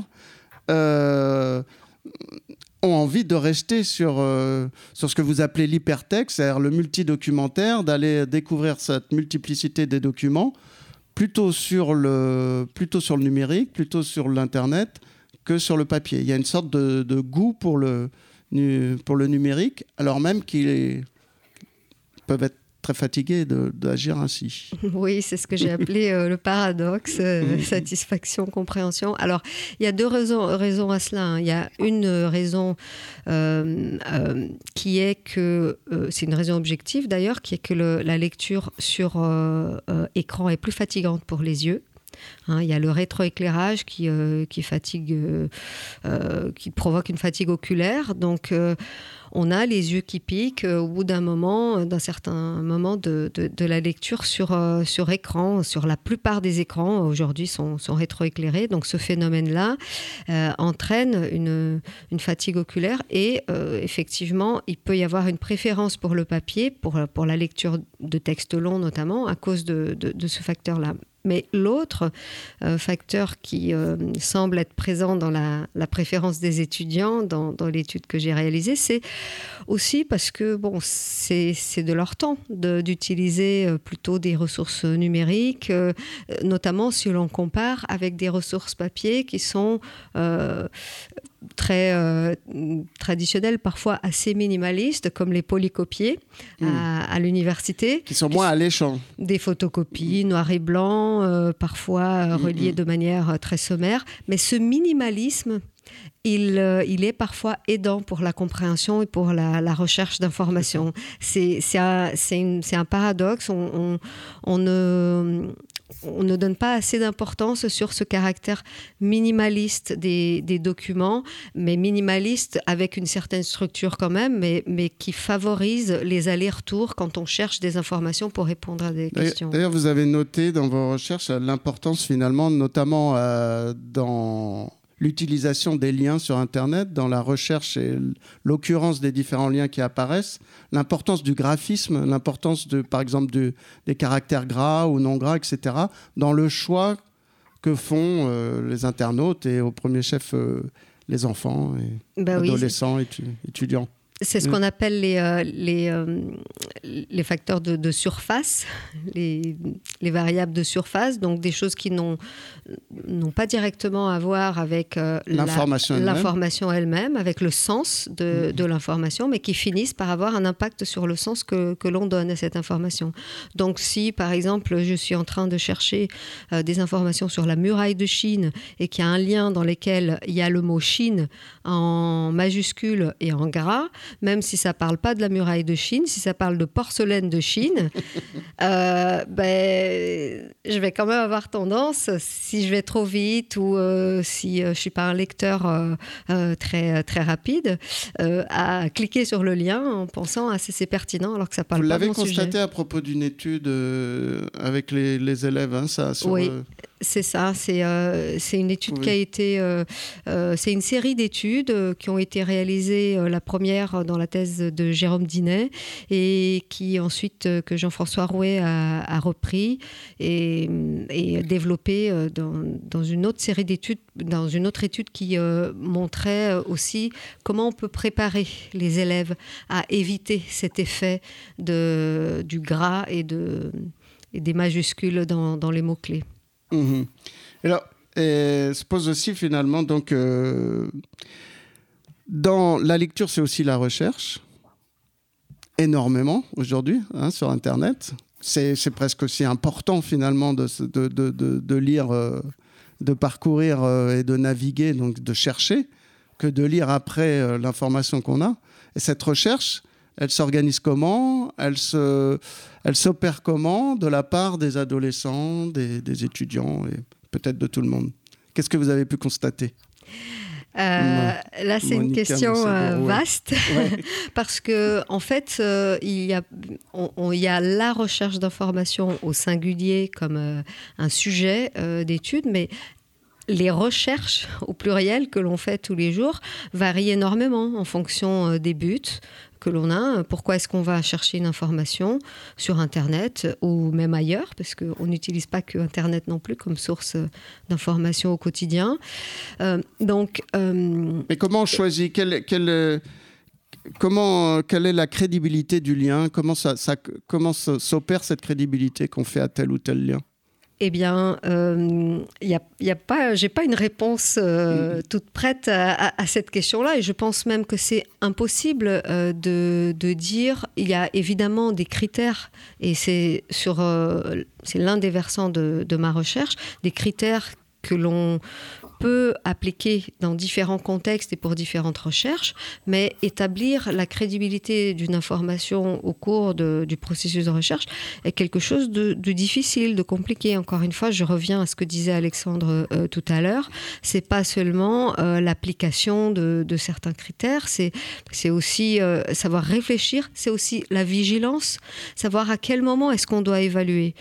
euh, ont envie de rester sur, euh, sur ce que vous appelez l'hypertexte, c'est-à-dire le multidocumentaire, d'aller découvrir cette multiplicité des documents, plutôt sur le, plutôt sur le numérique, plutôt sur l'Internet, que sur le papier. Il y a une sorte de, de goût pour le, pour le numérique, alors même qu'ils peuvent être très fatigués de, d'agir ainsi. Oui, c'est ce que j'ai appelé euh, le paradoxe, euh, satisfaction, compréhension. Alors, il y a deux raisons, raisons à cela. Hein. Il y a une raison euh, euh, qui est que, euh, c'est une raison objective d'ailleurs, qui est que le, la lecture sur euh, euh, écran est plus fatigante pour les yeux. Hein, il y a le rétroéclairage qui, euh, qui, fatigue, euh, euh, qui provoque une fatigue oculaire. Donc, euh, on a les yeux qui piquent euh, au bout d'un moment, d'un certain moment de, de, de la lecture sur, euh, sur écran. Sur la plupart des écrans, aujourd'hui, sont, sont rétroéclairés. Donc, ce phénomène-là euh, entraîne une, une fatigue oculaire. Et euh, effectivement, il peut y avoir une préférence pour le papier, pour, pour la lecture de textes longs notamment, à cause de, de, de ce facteur-là. Mais l'autre euh, facteur qui euh, semble être présent dans la, la préférence des étudiants, dans, dans l'étude que j'ai réalisée, c'est aussi parce que bon, c'est, c'est de leur temps de, d'utiliser euh, plutôt des ressources numériques, euh, notamment si l'on compare avec des ressources papier qui sont euh, très euh, traditionnelles, parfois assez minimalistes, comme les polycopiés mmh. à, à l'université. Qui sont moins alléchants. Des photocopies noir et blanc, Euh, parfois euh, relié mmh. de manière euh, très sommaire. Mais ce minimalisme, il, euh, il est parfois aidant pour la compréhension et pour la, la recherche d'informations. C'est, c'est, un, c'est, une, c'est un paradoxe. On, on, on, ne, on ne donne pas assez d'importance sur ce caractère minimaliste des, des documents, mais minimaliste avec une certaine structure quand même, mais, mais qui favorise les allers-retours quand on cherche des informations pour répondre à des d'ailleurs, questions. D'ailleurs, vous avez noté dans vos recherches l'importance finalement, notamment euh, dans l'utilisation des liens sur Internet, dans la recherche et l'occurrence des différents liens qui apparaissent, l'importance du graphisme, l'importance, de, par exemple, de, des caractères gras ou non gras, et cetera, dans le choix que font euh, les internautes et au premier chef euh, les enfants et bah adolescents et oui, étudiants. C'est ce qu'on appelle les, euh, les, euh, les facteurs de, de surface, les, les variables de surface, donc des choses qui n'ont, n'ont pas directement à voir avec euh, l'information, la, elle-même. l'information elle-même, avec le sens de, mmh. de l'information, mais qui finissent par avoir un impact sur le sens que, que l'on donne à cette information. Donc si, par exemple, je suis en train de chercher euh, des informations sur la muraille de Chine et qu'il y a un lien dans lequel il y a le mot Chine en majuscule et en gras, même si ça ne parle pas de la muraille de Chine, si ça parle de porcelaine de Chine, euh, ben, je vais quand même avoir tendance, si je vais trop vite ou euh, si euh, je ne suis pas un lecteur euh, euh, très, très rapide, euh, à cliquer sur le lien en pensant ah, c'est, c'est pertinent alors que ça ne parle Vous pas de mon sujet. Vous l'avez constaté à propos d'une étude euh, avec les, les élèves, hein, ça sur, Oui. Euh... C'est ça, c'est, euh, c'est une étude oui. qui a été, euh, euh, c'est une série d'études euh, qui ont été réalisées, euh, la première dans la thèse de Jérôme Dinet et qui ensuite, euh, que Jean-François Rouet a, a repris et, et développé euh, dans, dans une autre série d'études, dans une autre étude qui euh, montrait aussi comment on peut préparer les élèves à éviter cet effet de, du gras et, de, et des majuscules dans, dans les mots-clés. Mmh. Alors, et se pose aussi finalement, donc, euh, dans la lecture, c'est aussi la recherche, énormément aujourd'hui, hein, sur Internet. C'est, c'est presque aussi important finalement de, de, de, de, de lire, euh, de parcourir euh, et de naviguer, donc de chercher, que de lire après euh, l'information qu'on a. Et cette recherche, elle s'organise comment ? Elle se, elle s'opère comment de la part des adolescents, des, des étudiants et peut-être de tout le monde ? Qu'est-ce que vous avez pu constater ? Euh, là, c'est Monica, une question euh, vaste ouais. parce que en fait, euh, il y a, on, on, il y a la recherche d'informations au singulier comme euh, un sujet euh, d'étude, mais les recherches au pluriel que l'on fait tous les jours varient énormément en fonction des buts que l'on a. Pourquoi est-ce qu'on va chercher une information sur Internet ou même ailleurs, parce qu'on n'utilise pas que Internet non plus comme source d'information au quotidien. Euh, donc, euh, Mais comment on choisit quel, quel, comment, quelle est la crédibilité du lien ? Comment, ça, ça, comment s'opère cette crédibilité qu'on fait à tel ou tel lien ? Eh bien, euh, y a, y a pas, j'ai pas une réponse euh, toute prête à, à, à cette question-là, et je pense même que c'est impossible euh, de, de dire. Il y a évidemment des critères, et c'est sur, euh, c'est l'un des versants de, de ma recherche, des critères que l'on peut appliquer dans différents contextes et pour différentes recherches, mais établir la crédibilité d'une information au cours de, du processus de recherche est quelque chose de, de difficile, de compliqué. Encore une fois, je reviens à ce que disait Alexandre euh, tout à l'heure. C'est pas seulement euh, l'application de, de certains critères, c'est, c'est aussi euh, savoir réfléchir, c'est aussi la vigilance, savoir à quel moment est-ce qu'on doit évaluer.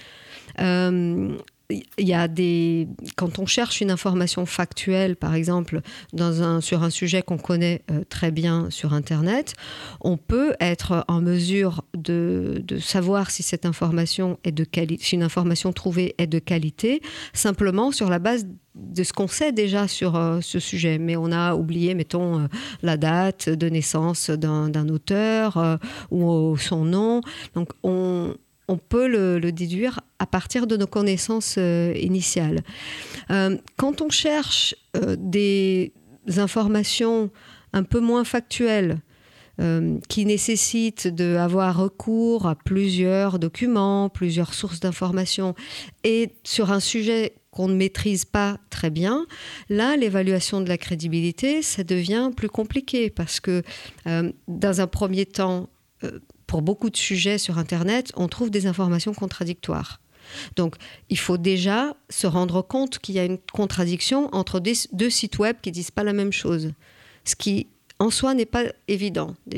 Euh, Il y a des... Quand on cherche une information factuelle, par exemple, dans un... sur un sujet qu'on connaît euh, très bien sur Internet, on peut être en mesure de, de savoir si cette information est de quali... si une information trouvée est de qualité, simplement sur la base de ce qu'on sait déjà sur euh, ce sujet. Mais on a oublié, mettons, euh, la date de naissance d'un, d'un auteur euh, ou son nom. Donc, on... on peut le, le déduire à partir de nos connaissances euh, initiales. Euh, quand on cherche euh, des informations un peu moins factuelles, euh, qui nécessitent d'avoir recours à plusieurs documents, plusieurs sources d'informations, et sur un sujet qu'on ne maîtrise pas très bien, là, l'évaluation de la crédibilité, ça devient plus compliqué, parce que euh, dans un premier temps, euh, pour beaucoup de sujets sur Internet, on trouve des informations contradictoires. Donc, il faut déjà se rendre compte qu'il y a une contradiction entre des, deux sites web qui ne disent pas la même chose. Ce qui, en soi, n'est pas évident, déjà.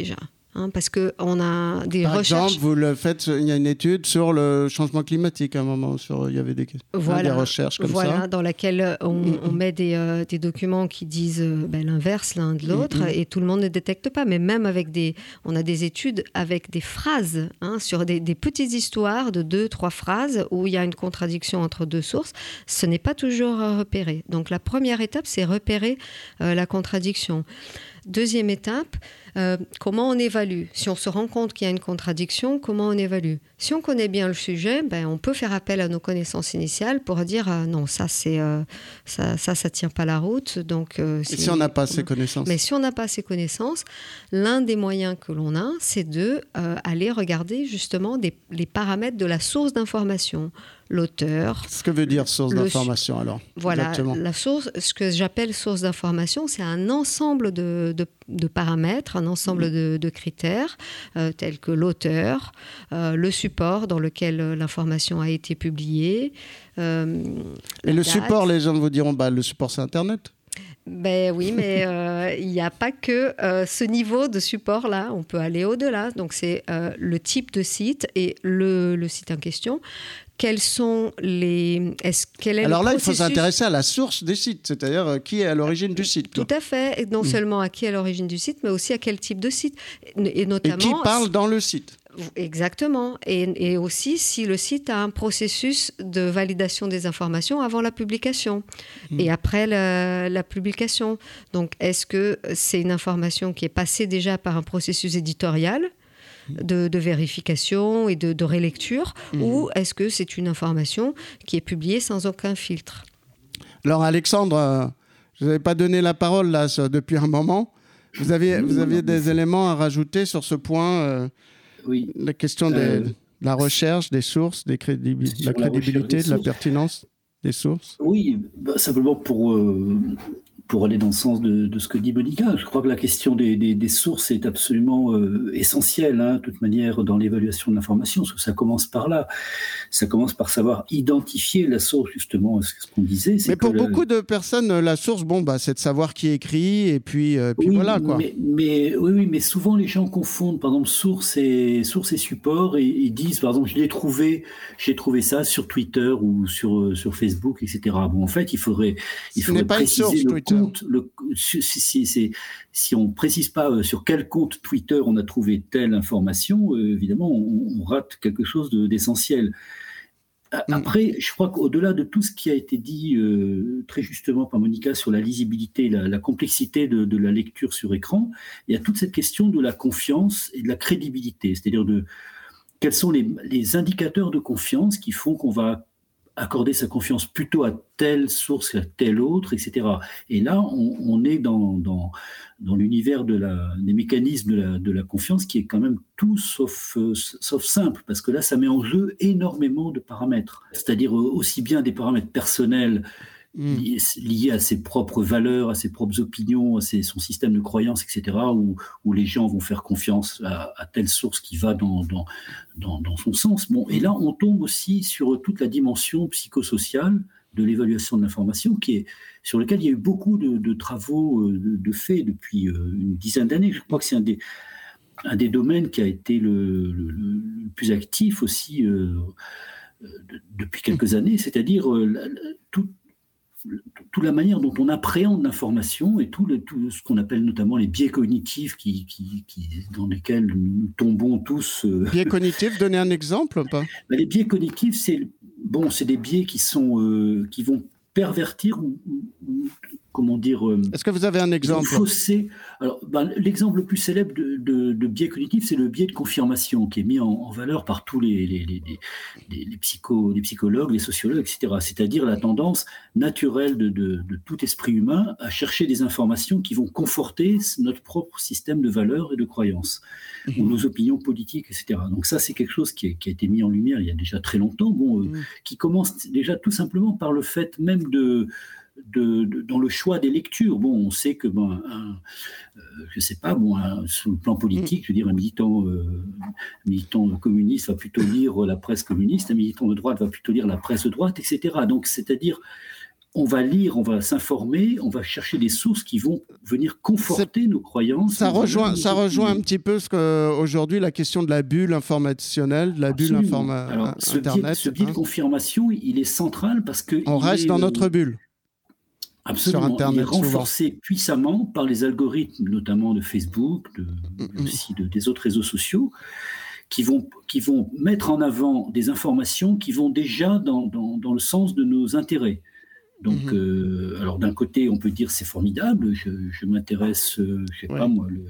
Hein, parce qu'on a des Par recherches... exemple, vous le faites, il y a une étude sur le changement climatique à un moment, sur, il y avait des, voilà, hein, des recherches comme voilà, ça. Voilà, dans laquelle on, mmh. on met des, euh, des documents qui disent euh, ben, l'inverse l'un de l'autre, mmh. et tout le monde ne détecte pas. Mais même avec des... On a des études avec des phrases, hein, sur des, des petites histoires de deux, trois phrases, où il y a une contradiction entre deux sources. Ce n'est pas toujours euh, repéré. Donc la première étape, c'est repérer euh, la contradiction. Deuxième étape, euh, comment on évalue ? Si on se rend compte qu'il y a une contradiction, comment on évalue ? Si on connaît bien le sujet, ben, on peut faire appel à nos connaissances initiales pour dire euh, non, ça, c'est, euh, ça, ça, ça tient pas la route. Donc, euh, si, Et si on n'a pas ces connaissances ? Mais si on n'a pas ces connaissances, l'un des moyens que l'on a, c'est de euh, aller regarder justement des, les paramètres de la source d'information. L'auteur. Ce que veut dire source d'information alors ? Voilà, exactement. La source, ce que j'appelle source d'information, c'est un ensemble de, de, de paramètres, un ensemble mmh. de, de critères, euh, tels que l'auteur, euh, le support dans lequel euh, l'information a été publiée. Euh, Et le date. support, les gens vous diront, bah, le support c'est Internet. Ben oui, mais euh, il n'y a pas que euh, ce niveau de support-là. On peut aller au-delà. Donc, c'est euh, le type de site et le, le site en question. Quels sont les... Est-ce, quel est Alors le là, processus... il faut s'intéresser à la source des sites, c'est-à-dire euh, qui est à l'origine du site. Tout quoi. à fait. Et non mmh. seulement à qui est à l'origine du site, mais aussi à quel type de site. Et, notamment, et qui parle dans le site. Exactement. Et, et aussi si le site a un processus de validation des informations avant la publication mmh. et après la, la publication. Donc, est-ce que c'est une information qui est passée déjà par un processus éditorial De, de vérification et de, de relecture, mmh. ou est-ce que c'est une information qui est publiée sans aucun filtre ? Alors Alexandre, euh, je vous avais pas donné la parole là ça, depuis un moment. Vous aviez, vous aviez des éléments à rajouter sur ce point, euh, oui. la question des, euh, de la recherche, des sources, des crédibil- la crédibilité, la de la pertinence des sources. Oui, bah, simplement pour... Euh... Pour aller dans le sens de, de ce que dit Monica, je crois que la question des, des, des sources est absolument euh, essentielle, hein, de toute manière, dans l'évaluation de l'information, parce que ça commence par là. Ça commence par savoir identifier la source, justement, ce qu'on disait. C'est mais pour que beaucoup le... de personnes, la source, bon, bah, c'est de savoir qui écrit, et puis, euh, puis oui, voilà, quoi. Mais, mais, oui, oui, mais souvent, les gens confondent, par exemple, source et, source et support, et, et disent, par exemple, je l'ai trouvé, j'ai trouvé ça sur Twitter ou sur, sur Facebook, et cetera. Bon, en fait, il faudrait, il faudrait préciser source, le Twitter. compte. Le, si, si, si, si on ne précise pas euh, sur quel compte Twitter on a trouvé telle information, euh, évidemment, on, on rate quelque chose de, d'essentiel. Après, je crois qu'au-delà de tout ce qui a été dit euh, très justement par Monica sur la lisibilité, la, la complexité de, de la lecture sur écran, il y a toute cette question de la confiance et de la crédibilité, c'est-à-dire de quels sont les, les indicateurs de confiance qui font qu'on va accorder sa confiance plutôt à telle source qu'à telle autre, et cetera. Et là, on, on est dans, dans, dans l'univers de la, des mécanismes de la, de la confiance qui est quand même tout sauf, euh, sauf simple, parce que là, ça met en jeu énormément de paramètres, c'est-à-dire aussi bien des paramètres personnels liés, liés à ses propres valeurs, à ses propres opinions, à ses, son système de croyances, et cetera, où, où les gens vont faire confiance à, à telle source qui va dans, dans, dans, dans son sens. Bon, et là, on tombe aussi sur toute la dimension psychosociale de l'évaluation de l'information, qui est, sur lequel il y a eu beaucoup de, de travaux de, de faits depuis une dizaine d'années. Je crois que c'est un des, un des domaines qui a été le, le, le plus actif aussi euh, de, depuis quelques années, c'est-à-dire euh, la, tout toute la manière dont on appréhende l'information et tout, le, tout ce qu'on appelle notamment les biais cognitifs qui, qui, qui, dans lesquels nous tombons tous. Euh... Biais cognitifs, donnez un exemple ou pas ? Ben, les biais cognitifs, c'est, bon, c'est des biais qui, sont, euh, qui vont pervertir ou, ou comment dire... Euh, Est-ce que vous avez un exemple ? Fausser. Alors, ben, l'exemple le plus célèbre de, de, de biais cognitif, c'est le biais de confirmation, qui est mis en, en valeur par tous les, les, les, les, les, psycho, les psychologues, les sociologues, et cetera. C'est-à-dire la tendance naturelle de, de, de tout esprit humain à chercher des informations qui vont conforter notre propre système de valeurs et de croyances, mmh. ou nos opinions politiques, et cetera. Donc ça, c'est quelque chose qui, est, qui a été mis en lumière il y a déjà très longtemps, bon, euh, mmh. qui commence déjà tout simplement par le fait même de... De, de, dans le choix des lectures. Bon, on sait que, bon, un, euh, je sais pas, bon, un, sur le plan politique, je veux dire, un militant, euh, un militant communiste va plutôt lire la presse communiste, un militant de droite va plutôt lire la presse de droite, et cetera. Donc, c'est-à-dire, on va lire, on va s'informer, on va chercher des sources qui vont venir conforter c'est, nos croyances. Ça rejoint, ça rejoint un petit peu ce que aujourd'hui la question de la bulle informationnelle, de la Absolument. bulle informa- Alors, ce Internet. Biais, ce biais hein. de confirmation, il est central parce que on reste est, dans notre bulle. Absolument. Sur Internet, il est renforcé souvent. puissamment par les algorithmes, notamment de Facebook, de, mm-hmm. aussi de, des autres réseaux sociaux, qui vont, qui vont mettre en avant des informations qui vont déjà dans, dans, dans le sens de nos intérêts. Donc, mmh. euh, alors d'un côté, on peut dire c'est formidable. Je, je m'intéresse, euh, je sais ouais. pas moi, le,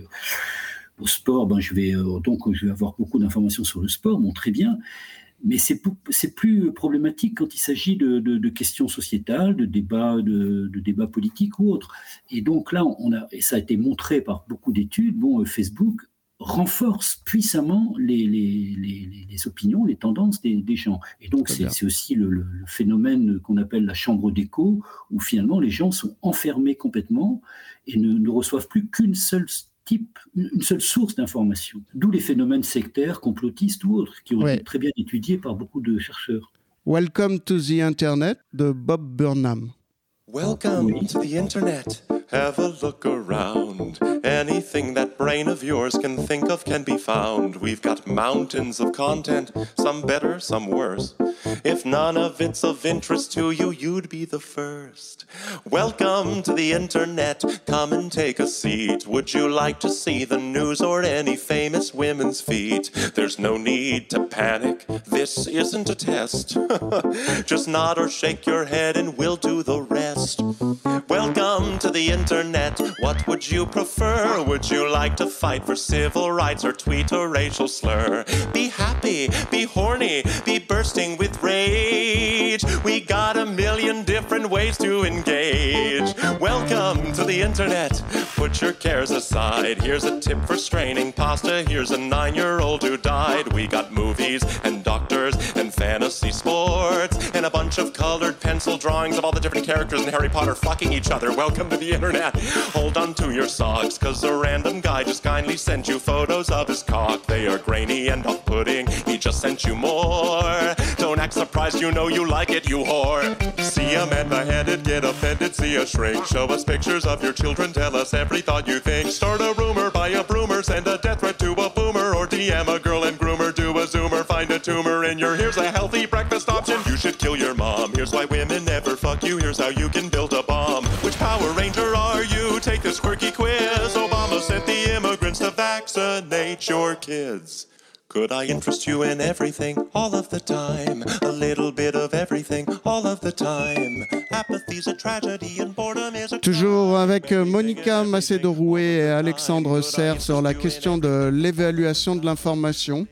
au sport. Ben je vais euh, donc je vais avoir beaucoup d'informations sur le sport. Bon, très bien. Mais c'est, c'est plus problématique quand il s'agit de, de, de questions sociétales, de débats, de, de débats politiques ou autres. Et donc là, on a, et ça a été montré par beaucoup d'études. Bon, Facebook renforce puissamment les, les, les, les opinions, les tendances des, des gens. Et donc, c'est, c'est aussi le, le, le phénomène qu'on appelle la chambre d'écho, où finalement, les gens sont enfermés complètement et ne, ne reçoivent plus qu'une seule type, une seule source d'information. D'où les phénomènes sectaires, complotistes ou autres, qui ont ouais. été très bien étudiés par beaucoup de chercheurs. Welcome to the Internet de Bob Burnham. Welcome oui. to the Internet. Have a look around. Anything that brain of yours can think of can be found. We've got mountains of content, some better, some worse. If none of it's of interest to you, you'd be the first. Welcome to the Internet. Come and take a seat. Would you like to see the news or any famous women's feet? There's no need to panic. This isn't a test. Just nod or shake your head and we'll do the rest. Welcome to the Internet. What would you prefer? Would you like to fight for civil rights or tweet a racial slur? Be happy, be horny, be bursting with rage. We got a million different ways to engage. Welcome to the Internet. Put your cares aside. Here's a tip for straining pasta. Here's a nine-year-old who died. We got movies and doctors and fantasy sports and a bunch of colored pencil drawings of all the different characters in Harry Potter fucking each other. Welcome to the Internet. Hold on to your socks, cause a random guy just kindly sent you photos of his cock. They are grainy and off-putting. He just sent you more. Don't act surprised, you know you like it, you whore. See a man beheaded, get offended, see a shrink. Show us pictures of your children, tell us every thought you think. Start a rumor, buy a broomer, send a death threat to a boomer, or D M a girl and groomer, do a zoomer, find a tumor in your. Here's a healthy breakfast option. You should kill your mom. Here's why women never fuck you. Here's how you can build a bomb. Which Power Ranger are you? Take this quirky quiz. Obama sent the immigrants to vaccinate your kids. Could I interest you in everything, all of the time? A little bit of everything, all of the time. Apathy's a tragedy and boredom is a... Toujours avec Monica Macedo-Rouet et Alexandre Serres sur la question de l'évaluation de l'information.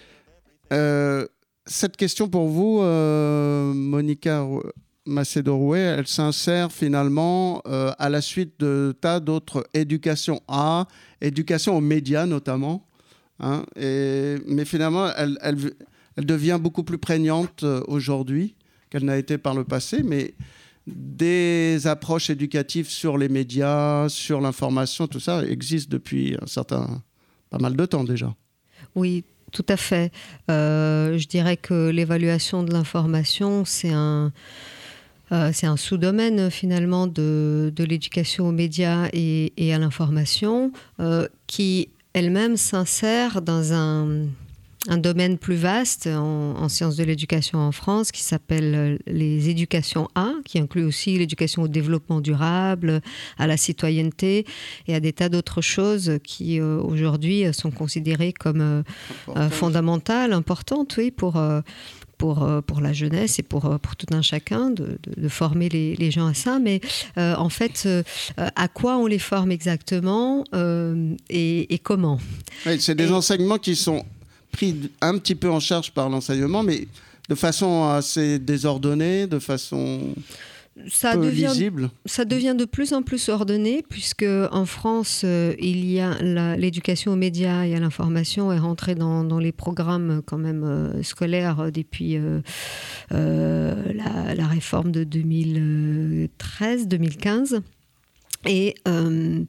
Euh, cette question pour vous, euh, Monica Macedo-Rouet, elle s'insère finalement euh, à la suite de tas d'autres éducations à, éducation aux médias notamment. Hein, et, mais finalement, elle, elle, elle devient beaucoup plus prégnante aujourd'hui qu'elle n'a été par le passé. Mais des approches éducatives sur les médias, sur l'information, tout ça existe depuis un certain, pas mal de temps déjà. Oui, tout à fait. Euh, je dirais que l'évaluation de l'information, c'est un... Euh, c'est un sous-domaine finalement de, de l'éducation aux médias et, et à l'information euh, qui elle-même s'insère dans un, un domaine plus vaste en, en sciences de l'éducation en France qui s'appelle les éducations A, qui inclut aussi l'éducation au développement durable, à la citoyenneté et à des tas d'autres choses qui euh, aujourd'hui sont considérées comme euh, euh, fondamentales, importantes, oui, pour... Euh, Pour, pour la jeunesse et pour, pour tout un chacun, de, de, de former les, les gens à ça. Mais euh, en fait, euh, à quoi on les forme exactement euh, et, et comment ? Oui, c'est des et... enseignements qui sont pris un petit peu en charge par l'enseignement, mais de façon assez désordonnée, de façon... Ça peu devient, visible. Ça devient de plus en plus ordonné, puisque en France, euh, il y a la, l'éducation aux médias et à l'information est rentrée dans, dans les programmes quand même euh, scolaires depuis euh, euh, la, la réforme de deux mille treize deux mille quinze. Et euh,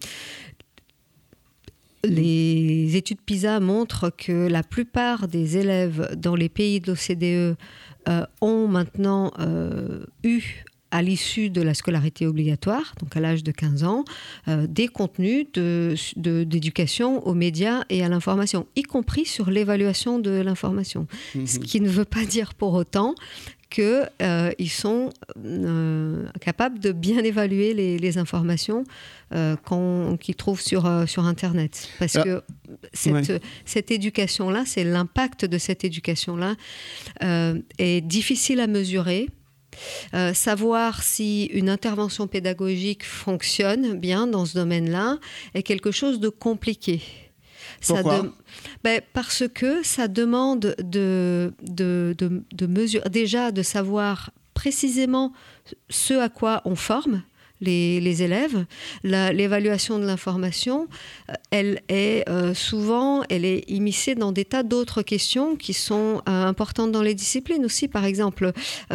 les études PISA montrent que la plupart des élèves dans les pays de l'O C D E euh, ont maintenant euh, eu à l'issue de la scolarité obligatoire, donc à l'âge de quinze ans, euh, des contenus de, de, d'éducation aux médias et à l'information, y compris sur l'évaluation de l'information. Mmh. Ce qui ne veut pas dire pour autant qu'ils euh, sont euh, capables de bien évaluer les, les informations euh, qu'on, qu'ils trouvent sur, euh, sur Internet. Parce ah. que cette, ouais. cette éducation-là, c'est l'impact de cette éducation-là, euh, est difficile à mesurer. Euh, savoir si une intervention pédagogique fonctionne bien dans ce domaine-là est quelque chose de compliqué. Pourquoi ? Ça de... ben, parce que ça demande de, de, de, de mesurer, déjà de savoir précisément ce à quoi on forme les, les élèves. La, l'évaluation de l'information, elle est euh, souvent elle est immiscée dans des tas d'autres questions qui sont euh, importantes dans les disciplines aussi. Par exemple,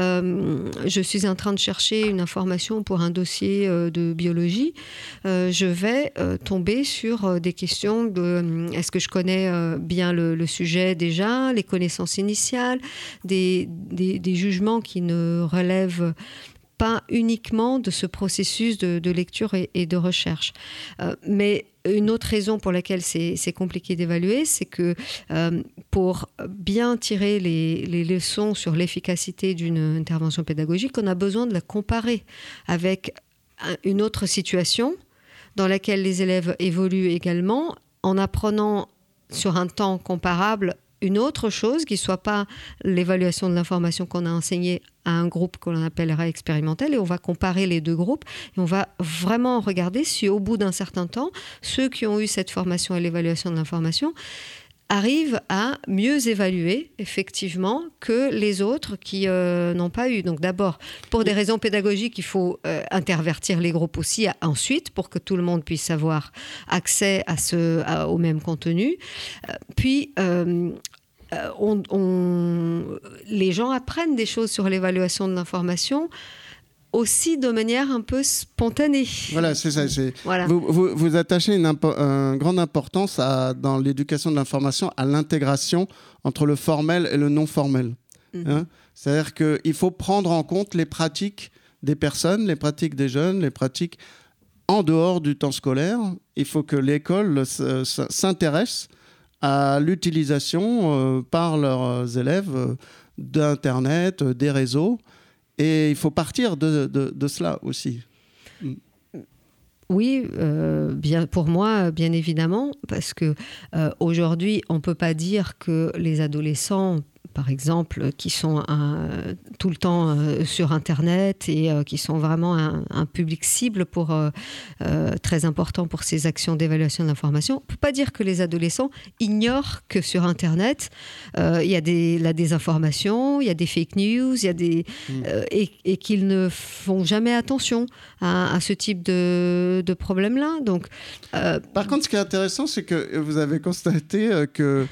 euh, je suis en train de chercher une information pour un dossier euh, de biologie. Euh, je vais euh, tomber sur euh, des questions de euh, est-ce que je connais euh, bien le, le sujet déjà, les connaissances initiales, des, des, des jugements qui ne relèvent pas uniquement de ce processus de, de lecture et, et de recherche. Euh, mais une autre raison pour laquelle c'est, c'est compliqué d'évaluer, c'est que euh, pour bien tirer les, les leçons sur l'efficacité d'une intervention pédagogique, on a besoin de la comparer avec une autre situation dans laquelle les élèves évoluent également, en apprenant sur un temps comparable une autre chose qui ne soit pas l'évaluation de l'information qu'on a enseignée à un groupe qu'on appellerait expérimental, et on va comparer les deux groupes et on va vraiment regarder si au bout d'un certain temps, ceux qui ont eu cette formation à l'évaluation de l'information arrivent à mieux évaluer effectivement que les autres qui euh, n'ont pas eu. Donc d'abord, pour des raisons pédagogiques, il faut euh, intervertir les groupes aussi à, ensuite pour que tout le monde puisse avoir accès à ce, à, au même contenu. Euh, puis, euh, on, on, les gens apprennent des choses sur l'évaluation de l'information aussi de manière un peu spontanée. Voilà, c'est ça. C'est... Voilà. Vous, vous, vous attachez une, impo- une grande importance à, dans l'éducation de l'information à l'intégration entre le formel et le non formel. Mmh. Hein? C'est-à-dire qu'il faut prendre en compte les pratiques des personnes, les pratiques des jeunes, les pratiques en dehors du temps scolaire. Il faut que l'école s'intéresse à l'utilisation euh, par leurs élèves euh, d'Internet, euh, des réseaux. Et il faut partir de, de, de cela aussi. Oui, euh, bien, pour moi, bien évidemment, parce qu'aujourd'hui, euh, on ne peut pas dire que les adolescents, par exemple, qui sont un, tout le temps euh, sur Internet et euh, qui sont vraiment un, un public cible pour, euh, euh, très important pour ces actions d'évaluation de l'information, on ne peut pas dire que les adolescents ignorent que sur Internet, euh, il y a des, la désinformation, il y a des fake news, il y a des, mmh. euh, et, et qu'ils ne font jamais attention à, à ce type de, de problème-là. Donc, euh, Par contre, ce qui est intéressant, c'est que vous avez constaté euh, que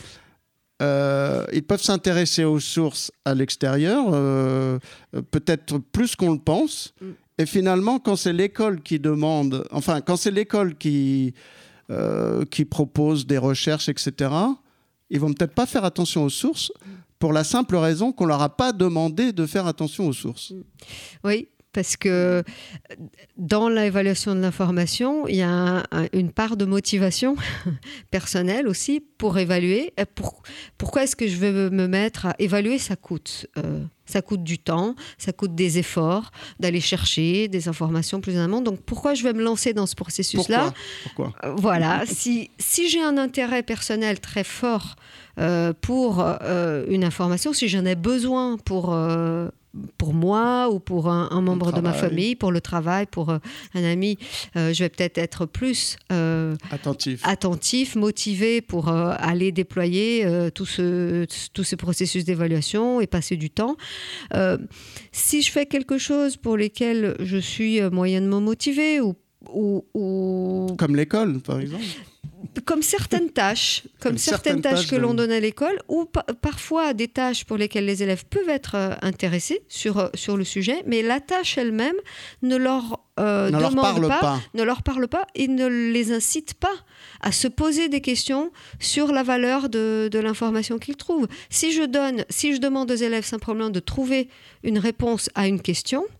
Euh, ils peuvent s'intéresser aux sources à l'extérieur, euh, peut-être plus qu'on le pense. Mm. Et finalement, quand c'est l'école qui demande, enfin, quand c'est l'école qui, euh, qui propose des recherches, et cetera, ils vont peut-être pas faire attention aux sources pour la simple raison qu'on leur a pas demandé de faire attention aux sources. Oui. Parce que dans l'évaluation de l'information, il y a un, un, une part de motivation personnelle aussi pour évaluer. Pour, pourquoi est-ce que je veux me mettre à évaluer ? Ça coûte. Euh, ça coûte du temps, ça coûte des efforts d'aller chercher des informations plus en amont. Donc pourquoi je vais me lancer dans ce processus-là ? Pourquoi, pourquoi euh, Voilà. si, si j'ai un intérêt personnel très fort euh, pour euh, une information, si j'en ai besoin pour... Euh, pour moi ou pour un, un membre de ma famille, pour le travail, pour euh, un ami, euh, je vais peut-être être plus euh, attentif. attentif, motivé pour euh, aller déployer euh, tout ce, tout ce processus d'évaluation et passer du temps. Euh, si je fais quelque chose pour lesquels je suis moyennement motivé ou, ou, ou... Comme l'école, par exemple. Comme certaines tâches, comme, comme certaines, certaines tâches, tâches que de... l'on donne à l'école, ou pa- parfois des tâches pour lesquelles les élèves peuvent être euh, intéressés sur, euh, sur le sujet, mais la tâche elle-même ne leur euh, ne demande leur parle pas, pas, ne leur parle pas et ne les incite pas à se poser des questions sur la valeur de, de l'information qu'ils trouvent. Si je donne, si je demande aux élèves simplement de trouver une réponse à une question,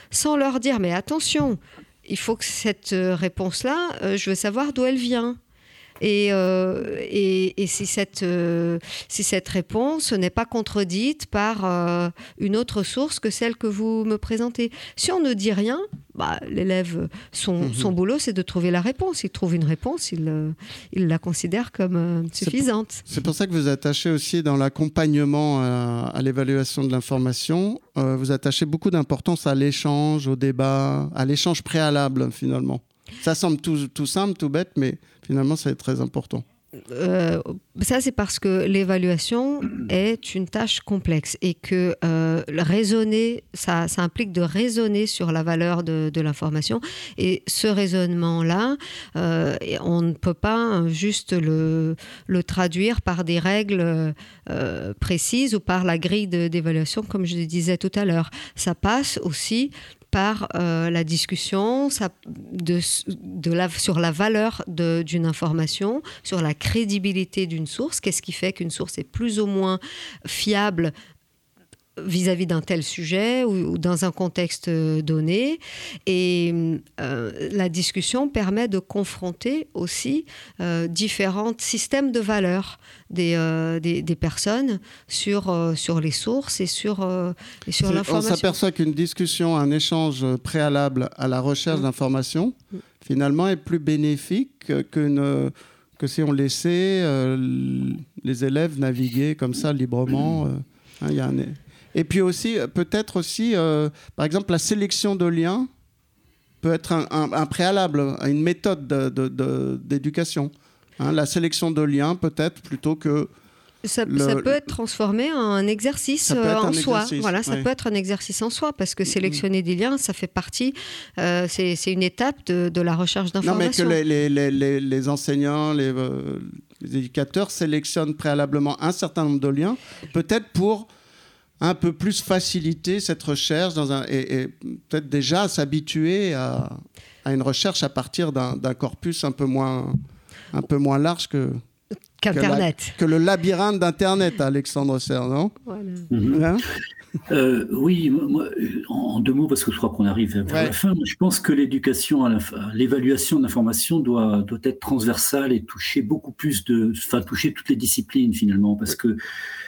sans leur dire, mais attention, il faut que cette réponse-là, euh, je veux savoir d'où elle vient. Et, euh, et, et si, cette, euh, si cette réponse n'est pas contredite par euh, une autre source que celle que vous me présentez. Si on ne dit rien, bah, l'élève, son, mmh. son boulot, c'est de trouver la réponse. Il trouve une réponse, il, euh, il la considère comme euh, suffisante. C'est pour, c'est pour ça que vous attachez aussi dans l'accompagnement à, à l'évaluation de l'information, euh, vous attachez beaucoup d'importance à l'échange, au débat, à l'échange préalable finalement. Ça semble tout, tout simple, tout bête, mais finalement, c'est très important. Euh, ça, c'est parce que l'évaluation est une tâche complexe et que euh, raisonner, ça, ça implique de raisonner sur la valeur de, de l'information. Et ce raisonnement-là, euh, on ne peut pas juste le, le traduire par des règles euh, précises ou par la grille de, d'évaluation, comme je le disais tout à l'heure. Ça passe aussi par euh, la discussion ça, de, de la, sur la valeur de, d'une information, sur la crédibilité d'une source. Qu'est-ce qui fait qu'une source est plus ou moins fiable vis-à-vis d'un tel sujet ou, ou dans un contexte donné. Et euh, la discussion permet de confronter aussi euh, différents systèmes de valeurs des, euh, des, des personnes sur, euh, sur les sources et sur, euh, et sur l'information. On s'aperçoit qu'une discussion, un échange préalable à la recherche mmh. d'informations, mmh. finalement, est plus bénéfique qu'une, que si on laissait euh, les élèves naviguer comme ça librement. Il euh, hein, y a un... Et puis aussi, peut-être aussi, euh, par exemple, la sélection de liens peut être un, un, un préalable à une méthode de, de, de, d'éducation. Hein, la sélection de liens, peut-être, plutôt que... Ça, le... ça peut être transformé en un exercice être en un soi. Exercice, voilà, ça ouais. peut être un exercice en soi, parce que sélectionner des liens, ça fait partie... Euh, c'est, c'est une étape de, de la recherche d'informations. Non, mais que les, les, les, les enseignants, les, euh, les éducateurs sélectionnent préalablement un certain nombre de liens, peut-être pour... un peu plus faciliter cette recherche dans un, et, et peut-être déjà s'habituer à, à une recherche à partir d'un, d'un corpus un peu moins, un peu moins large que, qu'Internet. Que, la, que le labyrinthe d'Internet, Alexandre Serre, non ? Voilà. Mm-hmm. Hein euh, oui, moi, en deux mots, parce que je crois qu'on arrive vers ouais. la fin, je pense que l'éducation, à, la, à l'évaluation de l'information doit, doit être transversale et toucher beaucoup plus de... Enfin, toucher toutes les disciplines, finalement, parce que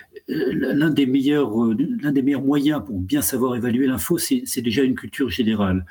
L'un des, meilleurs, l'un des meilleurs moyens pour bien savoir évaluer l'info, c'est, c'est déjà une culture générale.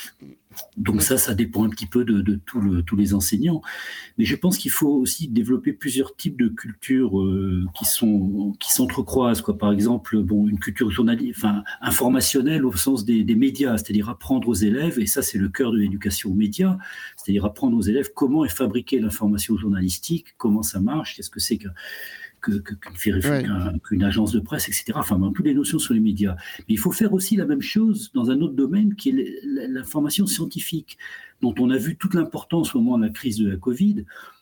Donc ça, ça dépend un petit peu de, de tout le, tous les enseignants. Mais je pense qu'il faut aussi développer plusieurs types de cultures euh, qui, sont, qui s'entrecroisent. Quoi. Par exemple, bon, une culture journalistique, enfin, informationnelle au sens des, des médias, c'est-à-dire apprendre aux élèves, et ça c'est le cœur de l'éducation aux médias, c'est-à-dire apprendre aux élèves comment est fabriquée l'information journalistique, comment ça marche, qu'est-ce que c'est que... Que, que, qu'une, ouais. qu'une agence de presse, et cetera. Enfin, ben, toutes les notions sur les médias. Mais il faut faire aussi la même chose dans un autre domaine qui est l'information scientifique, dont on a vu toute l'importance au moment de la crise de la Covid,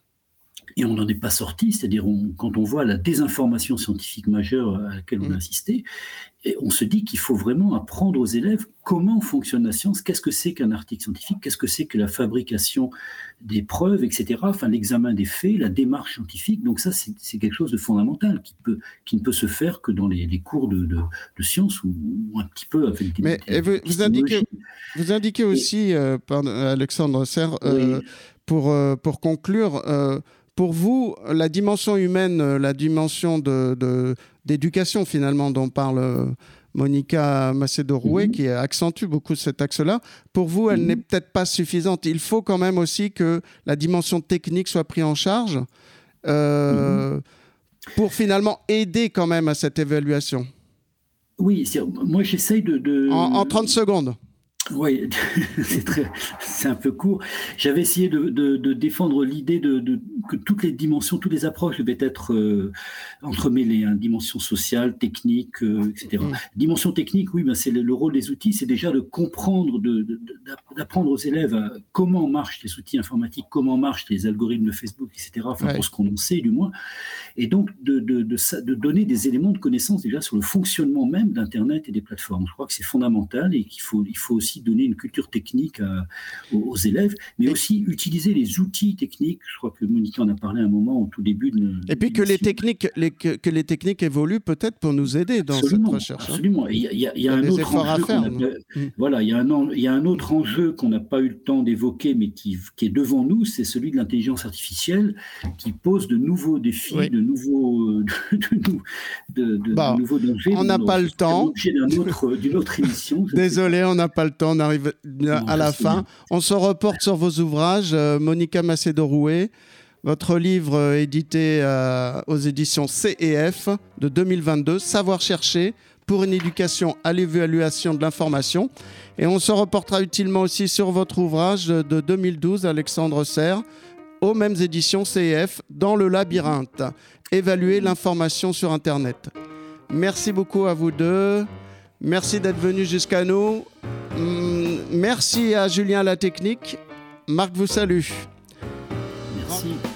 et on n'en est pas sorti, c'est-à-dire on, quand on voit la désinformation scientifique majeure à laquelle on a assisté, et on se dit qu'il faut vraiment apprendre aux élèves comment fonctionne la science, qu'est-ce que c'est qu'un article scientifique, qu'est-ce que c'est que la fabrication des preuves, et cetera. Enfin, l'examen des faits, la démarche scientifique. Donc ça, c'est, c'est quelque chose de fondamental qui, peut, qui ne peut se faire que dans les, les cours de, de, de sciences ou, ou un petit peu avec des... Mais des, vous, vous, indiquez, vous indiquez aussi, et, euh, pardon, Alexandre Serre, euh, oui. pour, euh, pour conclure... Euh, Pour vous, la dimension humaine, la dimension de, de, d'éducation finalement dont parle Monica Macedo-Rouet, mmh. qui accentue beaucoup cet axe-là, pour vous, elle mmh. n'est peut-être pas suffisante. Il faut quand même aussi que la dimension technique soit prise en charge euh, mmh. pour finalement aider quand même à cette évaluation. Oui, c'est, moi j'essaye de... de... En, en trente secondes. Oui, c'est, très, c'est un peu court. J'avais essayé de, de, de défendre l'idée de, de, que toutes les dimensions, toutes les approches devaient être euh, entremêlées, hein, dimension sociale, technique, euh, et cetera. Mmh. Dimension technique, oui, ben c'est le, le rôle des outils, c'est déjà de comprendre, de, de, d'apprendre aux élèves à comment marchent les outils informatiques, comment marchent les algorithmes de Facebook, et cetera. Enfin, ouais. pour ce qu'on en sait, du moins. Et donc, de, de, de, de donner des éléments de connaissance déjà sur le fonctionnement même d'Internet et des plateformes. Je crois que c'est fondamental et qu'il faut, il faut aussi donner une culture technique à, aux, aux élèves, mais aussi utiliser les outils techniques. Je crois que Monica tu en as parlé un moment au tout début de. Et puis que les techniques, les, que, que les techniques évoluent peut-être pour nous aider dans absolument, cette recherche. Absolument. Il y a, il y a, il y a un autre enjeu. A, mmh. Voilà, il y a un, il y a un autre enjeu qu'on n'a pas eu le temps d'évoquer, mais qui, qui est devant nous, c'est celui de l'intelligence artificielle, qui pose de nouveaux défis, oui. de nouveaux, de, de, de, de, bon, de nouveaux dangers. On n'a pas le temps. D'un autre, d'une autre émission. Désolé, on n'a pas le temps. On arrive non, à la fin. Bien. On se reporte sur vos ouvrages. Euh, Monica Macedo-Rouet, votre livre euh, édité euh, aux éditions C et F de deux mille vingt-deux, Savoir chercher pour une éducation à l'évaluation de l'information. Et on se reportera utilement aussi sur votre ouvrage de deux mille douze, Alexandre Serre, aux mêmes éditions C et F, Dans le labyrinthe, évaluer l'information sur Internet. Merci beaucoup à vous deux. Merci d'être venus jusqu'à nous. Merci à Julien à la technique. Marc vous salue. Merci.